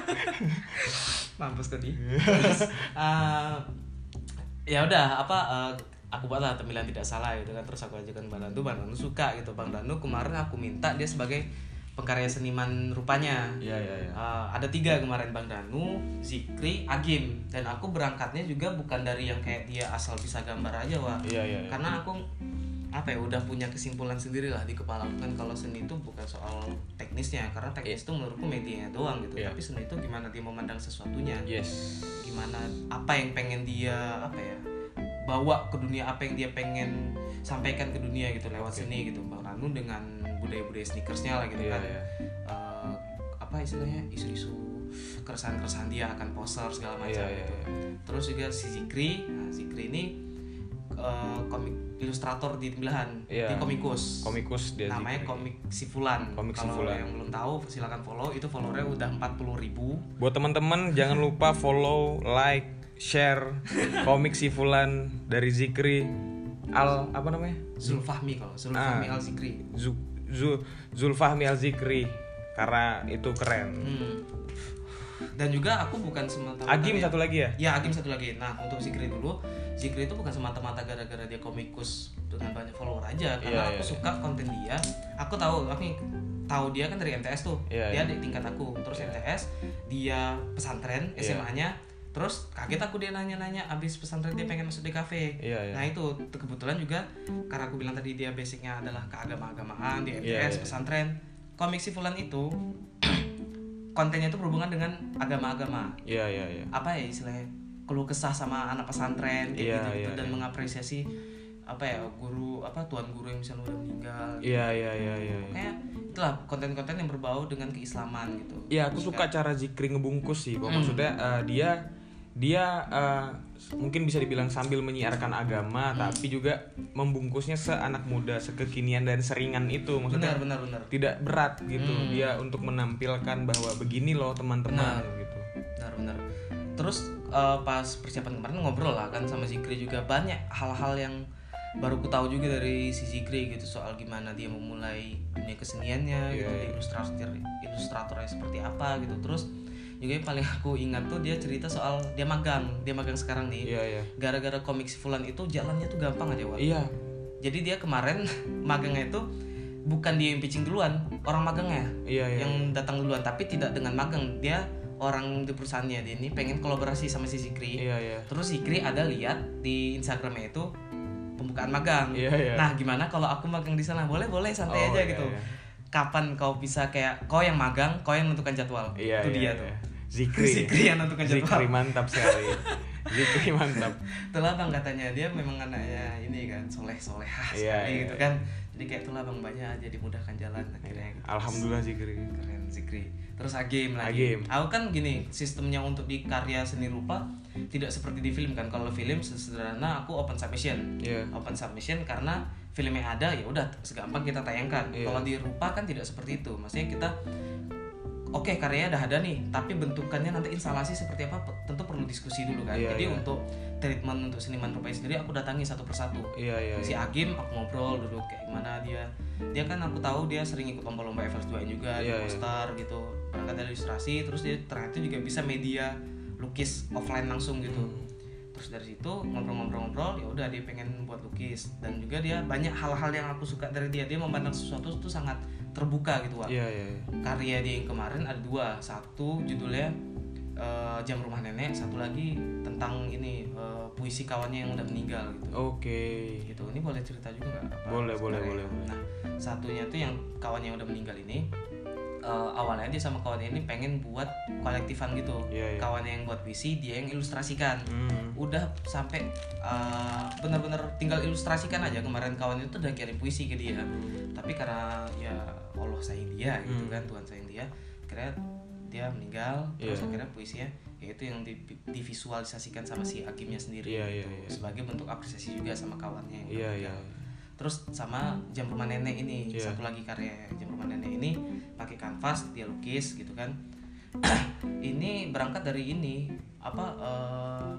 S2: Mampus tadi. uh, ya udah apa? Uh, aku buatlah Tembilahan Tidak Salah gitu kan, terus aku ajukan Bang Danu, Bang Danu suka gitu. Bang Danu kemarin aku minta dia sebagai pengkarya seniman rupanya.
S1: Iya iya iya.
S2: Uh, ada tiga kemarin, Bang Danu, Zikri, Agim, dan aku berangkatnya juga bukan dari yang kayak dia asal bisa gambar aja, Wak.
S1: Iya iya. iya.
S2: Karena aku apa ya udah punya kesimpulan sendiri lah di kepala aku kan kalau seni itu bukan soal teknisnya, karena teknis itu menurutku medianya doang gitu. Yeah. Tapi seni itu gimana dia memandang sesuatunya.
S1: Yes.
S2: Gimana apa yang pengen dia apa ya bawa ke dunia, apa yang dia pengen sampaikan ke dunia gitu lewat okay. seni gitu. Bang Danu dengan budaya-budaya sneakersnya lah gitu yeah, kan yeah. Uh, apa istilahnya isu-isu keresahan-keresahan dia akan poser segala macam yeah, gitu yeah, yeah. Terus juga si Zikri, nah Zikri ini uh, komik ilustrator di Tembilahan yeah. di Komikus
S1: Komikus dia
S2: namanya Zikri. Komik Sifulan. Kalau yang belum tahu silakan follow, itu followernya udah empat puluh ribu.
S1: Buat teman-teman jangan lupa follow, like, share Komik Sifulan dari Zikri Al apa namanya?
S2: Zulfahmi kalau Zulfahmi ah, Al Zikri.
S1: Zu, Zu, Zulfahmi Al Zikri karena itu keren.
S2: Hmm. Dan juga aku bukan semata-mata
S1: Agim ya, satu lagi ya?
S2: Ya Agim satu lagi. Nah untuk Zikri dulu, Zikri itu bukan semata-mata gara-gara dia komikus dengan banyak follower aja, karena yeah, aku yeah, suka yeah. konten dia. Aku tahu, aku tahu dia kan dari M T S tuh. Yeah, dia yeah. di tingkat aku. Terus yeah. M T S dia pesantren S M A-nya. Yeah. Terus kaget aku dia nanya-nanya abis pesantren dia pengen masuk di kafe. Yeah, yeah. Nah itu kebetulan juga karena aku bilang tadi dia basicnya adalah keagama-agamaan di M T S yeah, yeah. pesantren. Komik Sifulan itu kontennya itu berhubungan dengan agama-agama.
S1: Iya iya iya.
S2: Apa ya istilahnya? Keluh kesah sama anak pesantren kayak
S1: yeah,
S2: gitu-gitu
S1: yeah,
S2: dan
S1: yeah.
S2: mengapresiasi apa ya guru apa tuan guru yang misalnya udah meninggal.
S1: Iya iya iya iya.
S2: Kayak itulah konten-konten yang berbau dengan keislaman gitu.
S1: Iya, aku suka cara Zikri ngebungkus sih. Mm. Maksudnya uh, dia dia uh, mungkin bisa dibilang sambil menyiarkan agama, hmm. tapi juga membungkusnya seanak muda, sekekinian dan seringan itu. Maksudnya
S2: benar, benar, benar.
S1: tidak berat gitu. Hmm. Dia untuk menampilkan bahwa begini loh teman-teman
S2: benar.
S1: gitu.
S2: Benar, benar. Terus uh, pas persiapan kemarin ngobrol lah kan sama Zikri juga, banyak hal-hal yang baru ku tahu juga dari si Zikri gitu, soal gimana dia memulai dunia keseniannya yeah, gitu, yeah. ilustrator ilustratornya seperti apa gitu. Terus juga yang paling aku ingat tuh dia cerita soal dia magang dia magang sekarang nih.
S1: Iya, iya.
S2: Gara-gara komik si Fulan itu jalannya tuh gampang aja, Wak.
S1: Iya.
S2: Jadi dia kemarin magangnya itu bukan dia yang pitching duluan, orang magangnya
S1: iya, iya.
S2: yang datang duluan, tapi tidak dengan magang. Dia orang di perusahaannya dia ini pengen kolaborasi sama si Zikri.
S1: Iya, iya.
S2: Terus Zikri ada lihat di Instagramnya itu pembukaan magang.
S1: Iya, iya.
S2: Nah, gimana kalau aku magang di sana? Boleh, boleh, santai
S1: Oh,
S2: aja
S1: iya,
S2: gitu.
S1: iya.
S2: Kapan kau bisa kayak kau yang magang, kau yang menentukan jadwal.
S1: Iya,
S2: Itu
S1: iya,
S2: dia
S1: iya.
S2: tuh.
S1: Zikri.
S2: Zikri yang menentukan jadwal.
S1: Zikri mantap sekali. Zikri mantap.
S2: Itulah bang katanya dia memang anaknya ini kan soleh-solehah sekali
S1: Iya, iya,
S2: gitu kan. Jadi kayak itulah bang banyak aja dimudahkan jalan akhirnya. Gitu.
S1: Alhamdulillah Zikri.
S2: Keren Zikri. Terus Agim lagi.
S1: Agim.
S2: Aku kan gini, sistemnya untuk di karya seni rupa tidak seperti di film kan. Kalau film sederhana aku open submission.
S1: Iya.
S2: Open submission karena filmnya ada ya udah segampang kita tayangkan.
S1: Iya.
S2: Kalau di rupa kan tidak seperti itu. Maksudnya kita oke okay, karyanya udah ada nih, tapi bentukannya nanti instalasi seperti apa tentu perlu diskusi dulu kan.
S1: Iya,
S2: Jadi
S1: iya.
S2: untuk treatment untuk seniman rupanya sendiri aku datangi satu persatu.
S1: Iya, iya.
S2: Si
S1: iya.
S2: Agim aku ngobrol dulu kayak gimana dia. Dia kan aku tahu dia sering ikut lomba-lomba F L S dua juga,
S1: Iya,
S2: di poster gitu. Berangkat dari ilustrasi, terus dia ternyata juga bisa media lukis offline langsung gitu.
S1: Hmm.
S2: Terus dari situ ngobrol-ngobrol-ngobrol ya udah dia pengen buat lukis dan juga dia banyak hal-hal yang aku suka dari dia. Dia memandang sesuatu itu sangat terbuka gitu, Wak.
S1: Iya, iya. iya.
S2: Karya dia yang kemarin ada dua, satu judulnya uh, Jam Rumah Nenek, satu lagi tentang ini uh, puisi kawannya yang udah meninggal gitu.
S1: Oke.
S2: Gitu. Ini boleh cerita juga nggak? Apa
S1: Boleh, boleh,
S2: sebenarnya?
S1: boleh, boleh.
S2: Nah, satunya tuh yang kawannya yang udah meninggal ini uh, awalnya dia sama kawannya ini pengen buat kolektifan gitu.
S1: Iya, iya.
S2: Kawannya yang buat puisi, dia yang ilustrasikan.
S1: Hmm.
S2: Udah sampai uh, benar-benar tinggal ilustrasikan aja. Kemarin kawannya itu udah kirim puisi ke dia. Tapi karena ya Allah sayang dia gitu
S1: Hmm.
S2: kan, Tuhan sayang dia, akhirnya dia meninggal. Terus
S1: Yeah.
S2: akhirnya puisinya yaitu yang di, divisualisasikan sama si Agimnya sendiri
S1: Iya,
S2: gitu.
S1: iya, iya.
S2: Sebagai bentuk apresiasi juga sama kawannya yang
S1: Iya,
S2: udah
S1: iya.
S2: meninggal. Terus sama Jam Rumah Nenek ini,
S1: Iya.
S2: satu lagi karya Jam Rumah Nenek ini pakai kanvas, dia lukis gitu kan. Ini berangkat dari ini apa uh,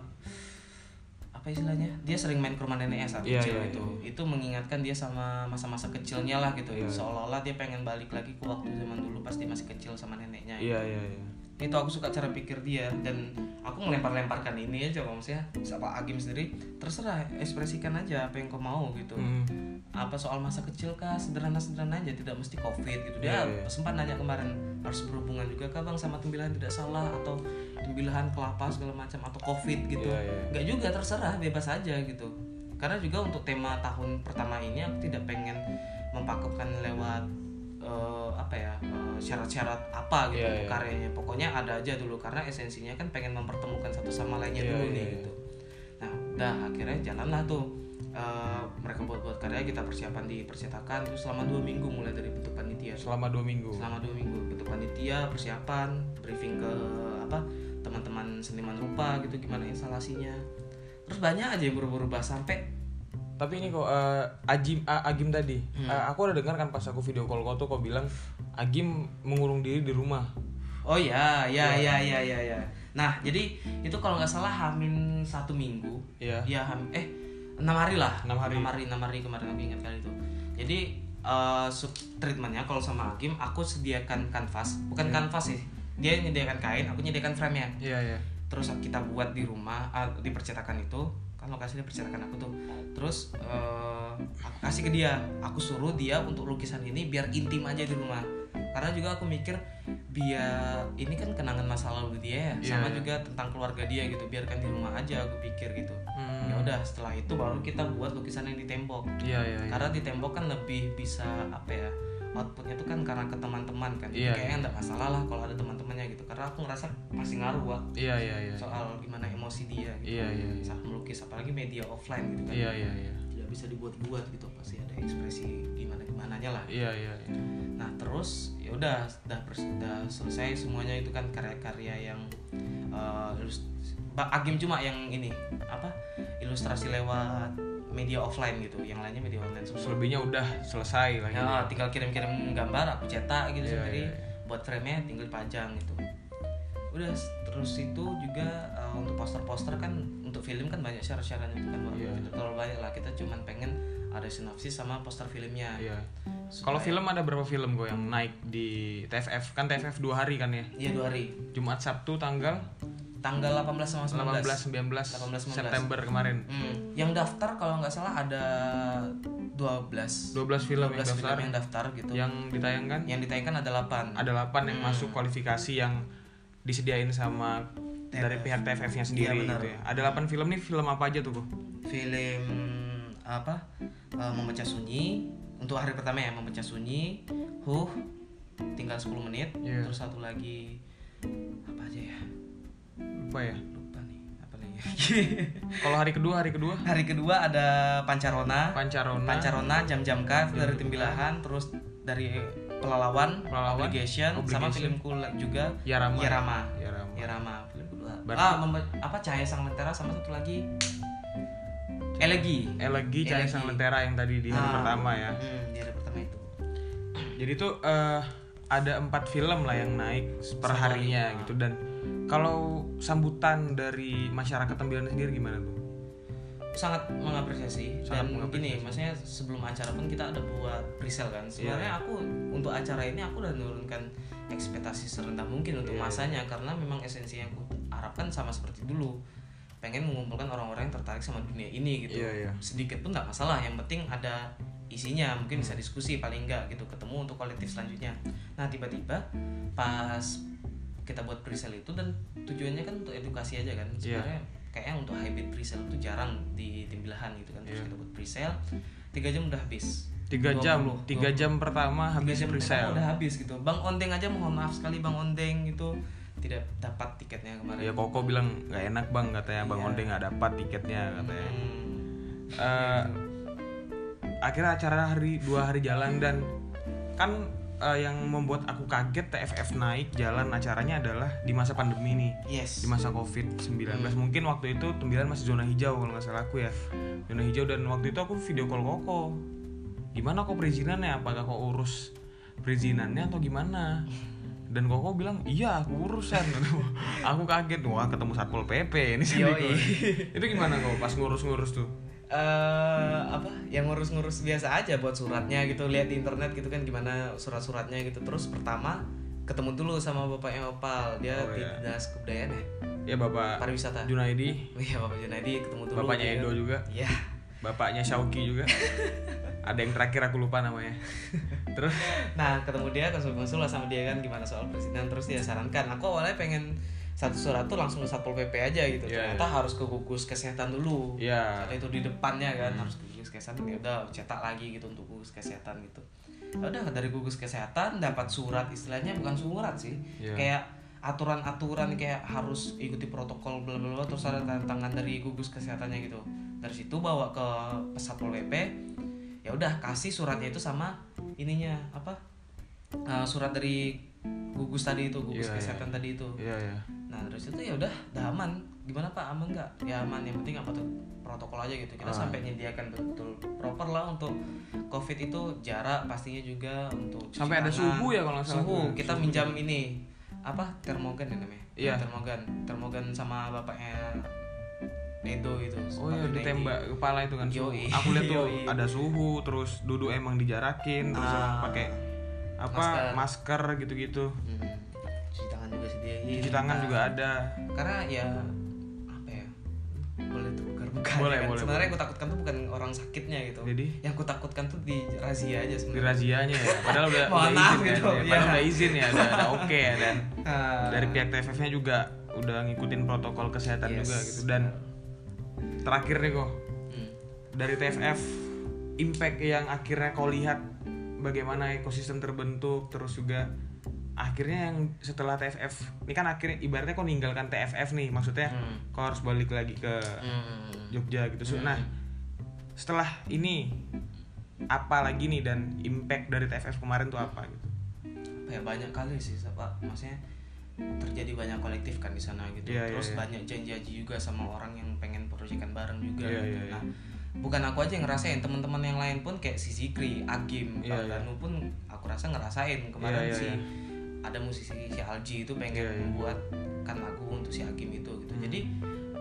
S2: apa istilahnya, dia sering main ke rumah neneknya saat
S1: Iya,
S2: kecil
S1: iya,
S2: itu
S1: iya.
S2: itu mengingatkan dia sama masa-masa kecilnya lah gitu.
S1: Iya.
S2: Seolah-olah dia pengen balik lagi ke waktu zaman dulu pas dia masih kecil sama neneknya.
S1: Iya, iya, iya.
S2: Itu aku suka cara pikir dia dan aku ngelempar-lemparkan ini aja kalau maksudnya sama Agim sendiri, terserah ekspresikan aja apa yang kau mau gitu.
S1: Hmm.
S2: Apa soal masa kecil kah, sederhana-sederhana aja, tidak mesti covid gitu. Dia
S1: Iya, iya.
S2: sempat nanya kemarin harus berhubungan juga kah bang sama tembilahan tidak salah atau tembilahan kelapa segala macam atau covid gitu.
S1: Iya, iya.
S2: Nggak juga, terserah, bebas aja gitu. Karena juga untuk tema tahun pertama ini aku tidak pengen mempakupkan lewat uh, apa ya uh, syarat-syarat apa gitu
S1: Iya,
S2: untuk
S1: iya.
S2: karyanya. Pokoknya ada aja dulu karena esensinya kan pengen mempertemukan satu sama lainnya
S1: Iya,
S2: dulu
S1: iya,
S2: nih
S1: iya.
S2: gitu. Nah udah akhirnya jalanlah tuh. Uh, mereka buat-buat karya, kita persiapan di percetakan terus selama dua minggu mulai dari bentuk panitia.
S1: Selama dua minggu.
S2: Selama dua minggu bentuk panitia, persiapan, briefing ke apa teman-teman seniman rupa gitu gimana instalasinya. Terus banyak aja yang berubah-ubah sampai.
S1: Tapi ini kok uh, Agim uh, Agim tadi,
S2: Hmm.
S1: uh, aku ada dengar kan pas aku video call kau tuh kau bilang Agim mengurung diri di rumah.
S2: Oh ya, ya,
S1: Ya.
S2: ya, ya, ya, ya. Nah jadi itu kalau nggak salah hamin satu minggu.
S1: Iya.
S2: Ya ham eh enam hari lah.
S1: Enam hari.
S2: Enam hari, enam hari kemarin aku ingat kali itu. Jadi uh, sub treatmentnya kalau sama Agim aku sediakan kanvas, bukan
S1: Hmm.
S2: kanvas sih. Dia nyediakan kain, aku nyediakan frame-nya.
S1: Iya, iya.
S2: Terus kita buat di rumah, uh, di percetakan itu kan lokasinya percetakan aku tuh. Terus uh, aku kasih ke dia, aku suruh dia untuk lukisan ini biar intim aja di rumah. Karena juga aku mikir biar ini kan kenangan masa lalu dia ya,
S1: Iya,
S2: sama
S1: iya.
S2: juga tentang keluarga dia gitu, biarkan di rumah aja aku pikir gitu.
S1: Hmm.
S2: Ya udah setelah itu baru kita buat lukisan yang di tembok.
S1: Iya, iya, iya.
S2: Karena di tembok kan lebih bisa apa ya, outputnya tuh kan karena ke teman-teman kan. Jadi
S1: Iya,
S2: kayaknya
S1: iya.
S2: enggak masalah lah kalau ada teman-temannya gitu. Karena aku ngerasa masih ngaruh Wak,
S1: Iya, iya, iya.
S2: soal gimana emosi dia gitu.
S1: Iya, iya, iya.
S2: Saat melukis apalagi media offline gitu kan.
S1: Iya, iya, iya.
S2: Tidak bisa dibuat-buat gitu, pasti ada ekspresi gimana gimananya lah.
S1: Iya, iya, iya.
S2: Nah terus ya udah udah udah selesai semuanya itu kan karya-karya yang uh, ilus- Ba- Agim cuma yang ini apa ilustrasi lewat media offline gitu, yang lainnya media online semua.
S1: Selebihnya udah selesai lah.
S2: Ya, tinggal kirim-kirim gambar aku cetak gitu
S1: Iya,
S2: sendiri,
S1: iya, iya.
S2: buat frame-nya tinggal dipajang gitu. Udah terus itu juga uh, untuk poster-poster kan untuk film kan banyak syarat-syaratnya itu kan.
S1: Iya.
S2: Tidak terlalu banyak lah, kita cuman pengen ada sinopsis sama poster filmnya.
S1: Iya. Kalau film ada berapa film gue yang naik di T F F? Kan T F F dua hari kan ya?
S2: Iya dua hari.
S1: Jumat Sabtu tanggal
S2: tanggal delapan belas sama sembilan belas.
S1: delapan belas sembilan belas September kemarin.
S2: Hmm. Yang daftar kalau nggak salah ada dua belas.
S1: dua belas film,
S2: dua belas
S1: yang,
S2: film
S1: daftar.
S2: yang daftar gitu.
S1: Yang ditayangkan?
S2: Yang ditayangkan ada delapan.
S1: Ada delapan yang
S2: hmm.
S1: masuk kualifikasi yang disediain sama T F F. Dari pihak T F F-nya sendiri
S2: ya,
S1: gitu ya. Ada delapan film nih, film apa aja tuh, Bu?
S2: Film apa? Uh, Memecah Sunyi. Untuk hari pertama ya, Memecah Sunyi, Huh, tinggal sepuluh menit. Yeah. Terus satu lagi apa aja ya?
S1: Lupa ya?
S2: Lupa nih, apa lagi?
S1: Kalau hari kedua, hari kedua?
S2: Hari kedua ada Pancarona.
S1: Pancarona.
S2: Pancarona, Jam-Jam Kaf dari Tim Bilahan, terus dari Pelalawan,
S1: Pelalawan
S2: Obligation, Obligation, sama filmku juga
S1: Yarama.
S2: Yarama.
S1: Yarama.
S2: Yarama, film kedua.
S1: Berarti...
S2: Ah, mem- apa Cahaya Sang Lentera sama satu lagi Elegi.
S1: Elegi Cahaya Sang Lentera yang tadi di hari ah, pertama ya.
S2: Hmm, di hari pertama itu.
S1: Jadi tuh uh, ada empat film lah yang naik per harinya gitu. Dan kalau sambutan dari masyarakat Tembilan sendiri gimana tuh?
S2: Sangat mengapresiasi. Sangat dan mengapresiasi. Gini, maksudnya sebelum acara pun kita ada buat pre-sale kan. Sebenarnya yeah. aku untuk acara ini aku udah menurunkan ekspektasi serendah mungkin untuk yeah. masanya, karena memang esensi yang aku harapkan sama seperti dulu. Pengen mengumpulkan orang-orang yang tertarik sama dunia ini gitu. Yeah, yeah. Sedikit pun nggak masalah, yang penting ada isinya, mungkin bisa diskusi paling enggak gitu, ketemu untuk kolektif selanjutnya. Nah tiba-tiba pas kita buat pre-sale itu, dan tujuannya kan untuk edukasi aja kan sebenarnya. Yeah. Kayaknya untuk hybrid pre-sale itu jarang di Tim Bilahan gitu kan. Terus yeah. kita buat pre-sale tiga jam udah habis.
S1: tiga jam, tiga jam pertama habis pre-sale.
S2: Udah habis gitu. Bang Ondeng aja, mohon maaf sekali Bang Ondeng itu tidak dapat tiketnya kemarin.
S1: Ya Koko bilang nggak enak Bang, katanya Bang yeah. Ondeng nggak dapat tiketnya katanya. Hmm. Uh, akhirnya acara hari dua hari jalan, dan kan uh, yang membuat aku kaget T F F naik jalan acaranya adalah di masa pandemi nih.
S2: Yes.
S1: Di masa covid sembilan belas. Hmm. Mungkin waktu itu Tembilan masih zona hijau kalau nggak salah aku ya. Zona hijau, dan waktu itu aku video call Koko. Gimana kok perizinannya? Apakah kok urus perizinannya atau gimana? Dan Koko bilang, iya aku urusan. Aku kaget, wah ketemu Satpol P P ini sih. Itu gimana kok pas ngurus-ngurus tuh?
S2: Uh, apa yang ngurus-ngurus biasa aja, buat suratnya gitu, lihat di internet gitu kan gimana surat-suratnya gitu. Terus pertama ketemu dulu sama bapaknya Opal, dia oh, di ya. Dinas Kebudayaan ya.
S1: Ya Bapak
S2: Pariwisata.
S1: Junaidi.
S2: Iya Bapak Junaidi, ketemu dulu.
S1: Bapaknya
S2: dia.
S1: Edo juga.
S2: Iya.
S1: Bapaknya Syauki juga. Ada yang terakhir aku lupa namanya. Terus
S2: nah ketemu dia, konsul-konsul lah sama dia kan gimana soal presiden. Terus dia sarankan, aku awalnya pengen satu surat tuh langsung ke Satpol P P aja gitu. Yeah, ternyata yeah. harus ke gugus kesehatan dulu.
S1: Yeah.
S2: Saat itu di depannya kan hmm. harus ke gugus kesehatan. Ya udah cetak lagi gitu untuk gugus kesehatan gitu. Ya udah dari gugus kesehatan dapat surat, istilahnya bukan surat sih. Yeah. Kayak aturan-aturan kayak harus ikuti protokol bla bla bla, terus ada tanda tangan dari gugus kesehatannya gitu. Dari situ bawa ke Satpol P P. Ya udah kasih suratnya itu sama ininya apa? Uh, surat dari gugus tadi itu, gugus yeah, kesehatan yeah. tadi itu.
S1: Iya yeah, iya. Yeah.
S2: Nah terus itu ya udah, udah aman. Gimana Pak, aman nggak? Ya aman, yang penting apa tuh protokol aja gitu. Kita ah. sampai nyediakan betul proper lah untuk COVID itu, jarak pastinya juga untuk
S1: sampai ada suhu ya kalau nggak salah.
S2: Suhu kita suhu minjam juga. Ini apa termogan ya namanya?
S1: Iya.
S2: Termogan, termogan sama bapaknya Edo itu.
S1: Oh iya, ditembak kepala itu kan. Yoi. Aku lihat tuh Yoi. Ada suhu, terus duduk emang dijarakin, terus ah. pakai apa masker, masker gitu-gitu. Hmm.
S2: Cuci tangan juga sediain.
S1: Cuci tangan juga ada.
S2: Karena ya apa ya? Boleh tuh buka-buka.
S1: Boleh,
S2: kan?
S1: boleh.
S2: Sebenarnya yang aku takutkan tuh bukan orang sakitnya gitu.
S1: Jadi
S2: yang aku takutkan tuh di razia aja sebenarnya.
S1: Di razianya ya. Padahal udah udah izin gitu, kan. Ya. Padahal ya. udah izin ya, udah udah oke okay ya, dan uh. dari pihak T F F-nya juga udah ngikutin protokol kesehatan yes. juga gitu. Dan terakhir nih kok. Hmm. Dari T F F, impact yang akhirnya kau lihat, bagaimana ekosistem terbentuk, terus juga akhirnya yang setelah T F F ini kan akhirnya ibaratnya kau ninggalkan T F F nih, maksudnya hmm. kau harus balik lagi ke hmm. Jogja gitu. Hmm. Nah setelah ini apa lagi nih, dan impact dari T F F kemarin tuh apa gitu?
S2: Apa ya, banyak kali sih Pak, maksudnya terjadi banyak kolektif kan di sana gitu. Yeah, terus yeah, yeah. banyak janji-janji juga sama orang yang pengen proyekan bareng juga yeah, gitu. Yeah, yeah. Nah bukan aku aja yang ngerasain, teman-teman yang lain pun kayak si Zikri, Agim, yeah, Danu yeah. pun aku rasa ngerasain kemarin yeah, yeah, si yeah. ada musisi si Alji itu pengen yeah, yeah. membuat kan lagu untuk si Agim itu gitu. Hmm. Jadi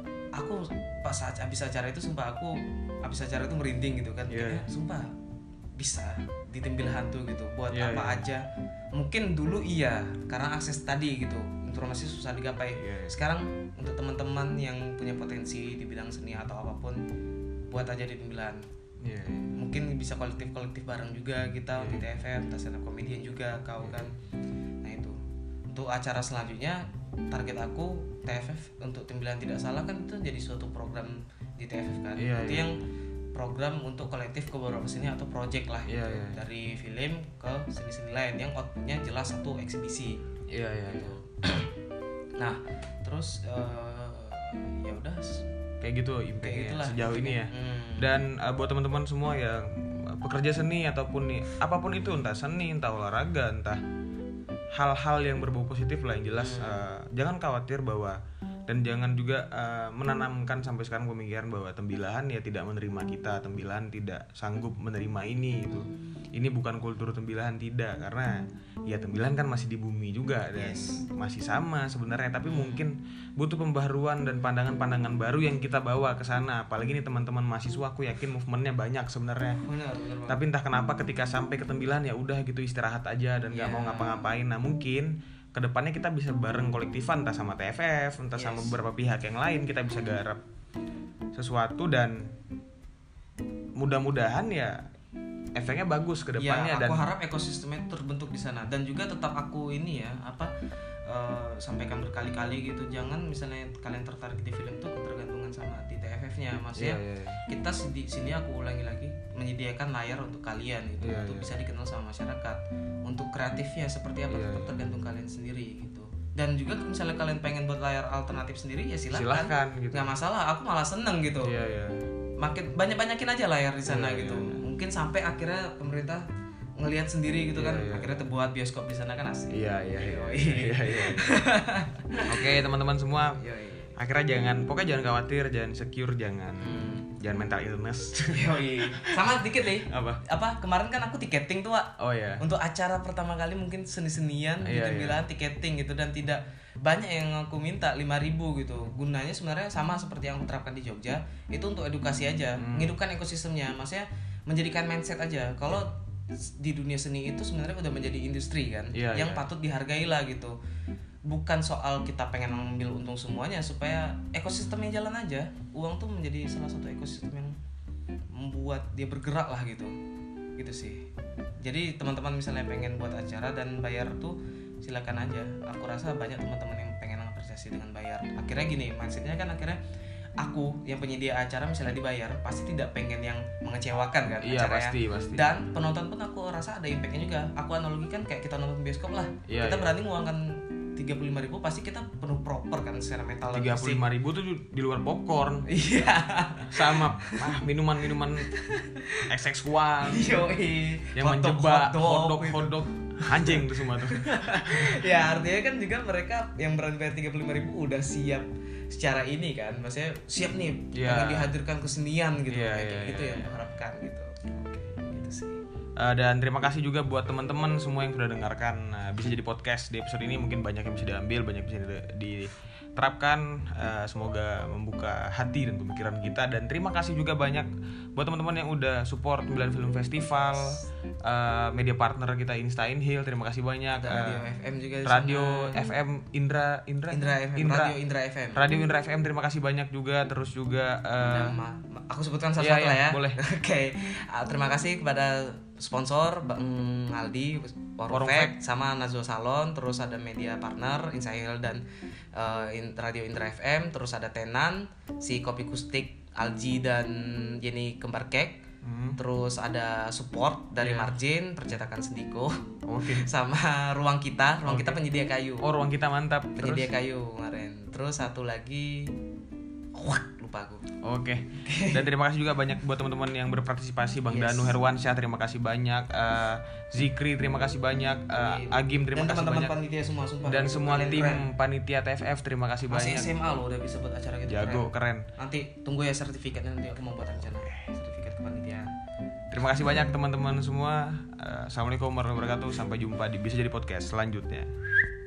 S2: aku pas abis acara itu sumpah aku abis acara itu merinding gitu kan. Yeah. Kayaknya sumpah bisa di tim pilihan tuh gitu buat
S1: yeah,
S2: apa
S1: yeah.
S2: aja. Mungkin dulu iya karena akses tadi gitu, informasi susah digapai.
S1: yeah, yeah.
S2: Sekarang untuk teman-teman yang punya potensi di bidang seni atau apapun, buat aja di tim pilihan. yeah, yeah. Mungkin bisa kolektif-kolektif bareng juga kita yeah. di T F F, entah stand up comedian juga kau yeah. kan. Nah itu untuk acara selanjutnya target aku T F F untuk tim pilihan tidak salah kan itu jadi suatu program di T F F kan.
S1: yeah,
S2: itu
S1: yeah.
S2: yang program untuk kolektif ke beberapa seni atau project lah gitu.
S1: yeah, yeah.
S2: Dari film ke seni-seni lain yang outputnya jelas satu eksibisi.
S1: Iya yeah, iya. Yeah,
S2: gitu. yeah. Nah terus uh, ya udah
S1: kayak gitu impactnya sejauh ini ya.
S2: Hmm.
S1: Dan uh, buat teman-teman semua yang pekerja seni ataupun nih apapun itu, entah seni, entah olahraga, entah hal-hal yang berbau positif lah yang jelas, hmm. uh, jangan khawatir bahwa dan jangan juga uh, menanamkan sampai sekarang pemikiran bahwa tembilahan ya tidak menerima kita, tembilahan tidak sanggup menerima ini gitu. Ini bukan kultur tembilahan, tidak, karena ya tembilahan kan masih di bumi juga dan yes. masih sama sebenarnya, tapi mungkin butuh pembaharuan dan pandangan-pandangan baru yang kita bawa ke sana. Apalagi nih teman-teman mahasiswa, aku yakin movementnya banyak sebenarnya.
S2: Benar, benar,
S1: tapi entah kenapa ketika sampai ke tembilahan ya udah gitu istirahat aja dan nggak yeah. mau ngapa-ngapain. Nah mungkin kedepannya kita bisa bareng kolektifan, entah sama T F F, entah yes. sama beberapa pihak yang lain, kita bisa garap sesuatu dan mudah-mudahan ya efeknya bagus ke depannya.
S2: Ya, aku
S1: dan
S2: harap ekosistemnya terbentuk di sana. Dan juga tetap aku ini ya apa uh, sampaikan berkali-kali gitu, jangan misalnya kalian tertarik di film tuh ketergantungan sama di T F F-nya. Maksudnya yeah, yeah, yeah. kita di sini aku ulangi lagi menyediakan layar untuk kalian gitu, yeah, untuk yeah. bisa dikenal sama masyarakat. Untuk kreatifnya seperti apa yeah, tetap yeah. tergantung kalian sendiri gitu. Dan juga misalnya kalian pengen buat layar alternatif sendiri ya silakan,
S1: silakan gitu.
S2: Nggak masalah, aku malah seneng gitu.
S1: yeah, yeah.
S2: Makin banyak-banyakin aja layar di sana yeah, gitu
S1: yeah, yeah.
S2: Mungkin sampai akhirnya pemerintah ngelihat sendiri gitu yeah, kan yeah. akhirnya terbuat bioskop di sana kan asik.
S1: Iya iya iya iya. Oke teman-teman semua, Yoi. akhirnya jangan pokoknya jangan khawatir, jangan insecure, jangan hmm. jangan mental illness.
S2: Yoi. Sama dikit nih.
S1: Apa?
S2: Apa kemarin kan aku tiketing tuh, Wak.
S1: Oh iya.
S2: Untuk acara pertama kali mungkin seni-senian
S1: iya,
S2: di tembilahan
S1: iya.
S2: tiketing gitu dan tidak banyak yang aku minta lima ribu gitu. Gunanya sebenarnya sama seperti yang aku terapkan di Jogja, itu untuk edukasi aja, hmm. menghidupkan ekosistemnya. Maksudnya menjadikan mindset aja. Kalau di dunia seni itu sebenarnya udah menjadi industri kan,
S1: yeah,
S2: yang
S1: yeah.
S2: patut dihargai lah gitu. Bukan soal kita pengen mengambil untung semuanya, supaya ekosistemnya jalan aja. Uang tuh menjadi salah satu ekosistem yang membuat dia bergerak lah gitu. Gitu sih. Jadi teman-teman misalnya pengen buat acara dan bayar tuh silakan aja. Aku rasa banyak teman-teman yang pengen apresiasi dengan bayar. Akhirnya gini, mindsetnya kan akhirnya aku yang penyedia acara misalnya dibayar pasti tidak pengen yang mengecewakan kan
S1: iya,
S2: acaranya.
S1: Pasti, pasti.
S2: Dan penonton pun aku rasa ada impactnya juga. Aku analogikan kayak kita nonton bioskop lah.
S1: Iya,
S2: kita
S1: iya.
S2: berani nguangkan tiga puluh lima ribu pasti kita penuh proper kan secara mental.
S1: tiga puluh lima ribu tuh di luar popcorn.
S2: Iya.
S1: Sama ah, minuman-minuman seksual.
S2: Yoi.
S1: Yang menjebak hotdog hotdog anjing tuh semua tuh.
S2: Ya artinya kan juga mereka yang berani bayar tiga puluh lima ribu udah siap secara ini kan, maksudnya siap nih yeah. akan dihadirkan kesenian gitu,
S1: yeah,
S2: kayak
S1: yeah,
S2: gitu
S1: yeah,
S2: yang
S1: yeah.
S2: diharapkan gitu. Gitu sih.
S1: Uh, dan terima kasih juga buat teman-teman semua yang sudah dengarkan uh, bisa jadi podcast di episode ini. Mungkin banyak yang bisa diambil, banyak yang bisa diterapkan. Uh, semoga membuka hati dan pemikiran kita. Dan terima kasih juga banyak buat teman-teman yang udah support sembilan Film Festival, uh, media partner kita Insta Inhale. Terima kasih banyak.
S2: Radio uh, F M juga.
S1: Radio sana. F M Indra Indra
S2: Indra F M.
S1: Indra,
S2: Radio Indra F M.
S1: Radio Indra F M. Terima kasih banyak juga. Terus juga. Uh,
S2: ma- ma- aku sebutkan satu-satu
S1: iya,
S2: lah
S1: iya,
S2: ya.
S1: Boleh.
S2: Oke. Okay. Uh, terima kasih kepada sponsor Bang Aldi, Warung Fact, sama Nazwa Salon, terus ada media partner Insail dan uh, Radio Indra F M, terus ada Tenan, si Kopi Kustik, Alji dan Jenny Kembar Cake, hmm. terus ada support dari yeah. Margin, percetakan Sendiko,
S1: okay.
S2: sama Ruang Kita, Ruang okay. Kita penyedia kayu.
S1: Oh Ruang Kita mantap.
S2: Penyedia terus? Kayu kemarin. Terus satu lagi, wah lupa aku.
S1: Oke. Okay. Dan terima kasih juga banyak buat teman-teman yang berpartisipasi, Bang yes. Danu Herwansyah, terima kasih banyak, uh, Zikri terima kasih banyak, uh, Agim terima
S2: dan
S1: kasih
S2: teman-teman
S1: banyak,
S2: panitia semua, sumpah,
S1: dan semua tim keren. Panitia T F F terima kasih
S2: masih
S1: banyak.
S2: S M A loh udah bisa buat acara gitu.
S1: Jago, keren.
S2: keren. Nanti tunggu ya sertifikatnya, nanti aku mau buat rencana sertifikat kepanitiaan.
S1: Terima kasih banyak teman-teman semua. Uh, Assalamualaikum warahmatullahi wabarakatuh. Sampai jumpa di Bisa Jadi Podcast selanjutnya.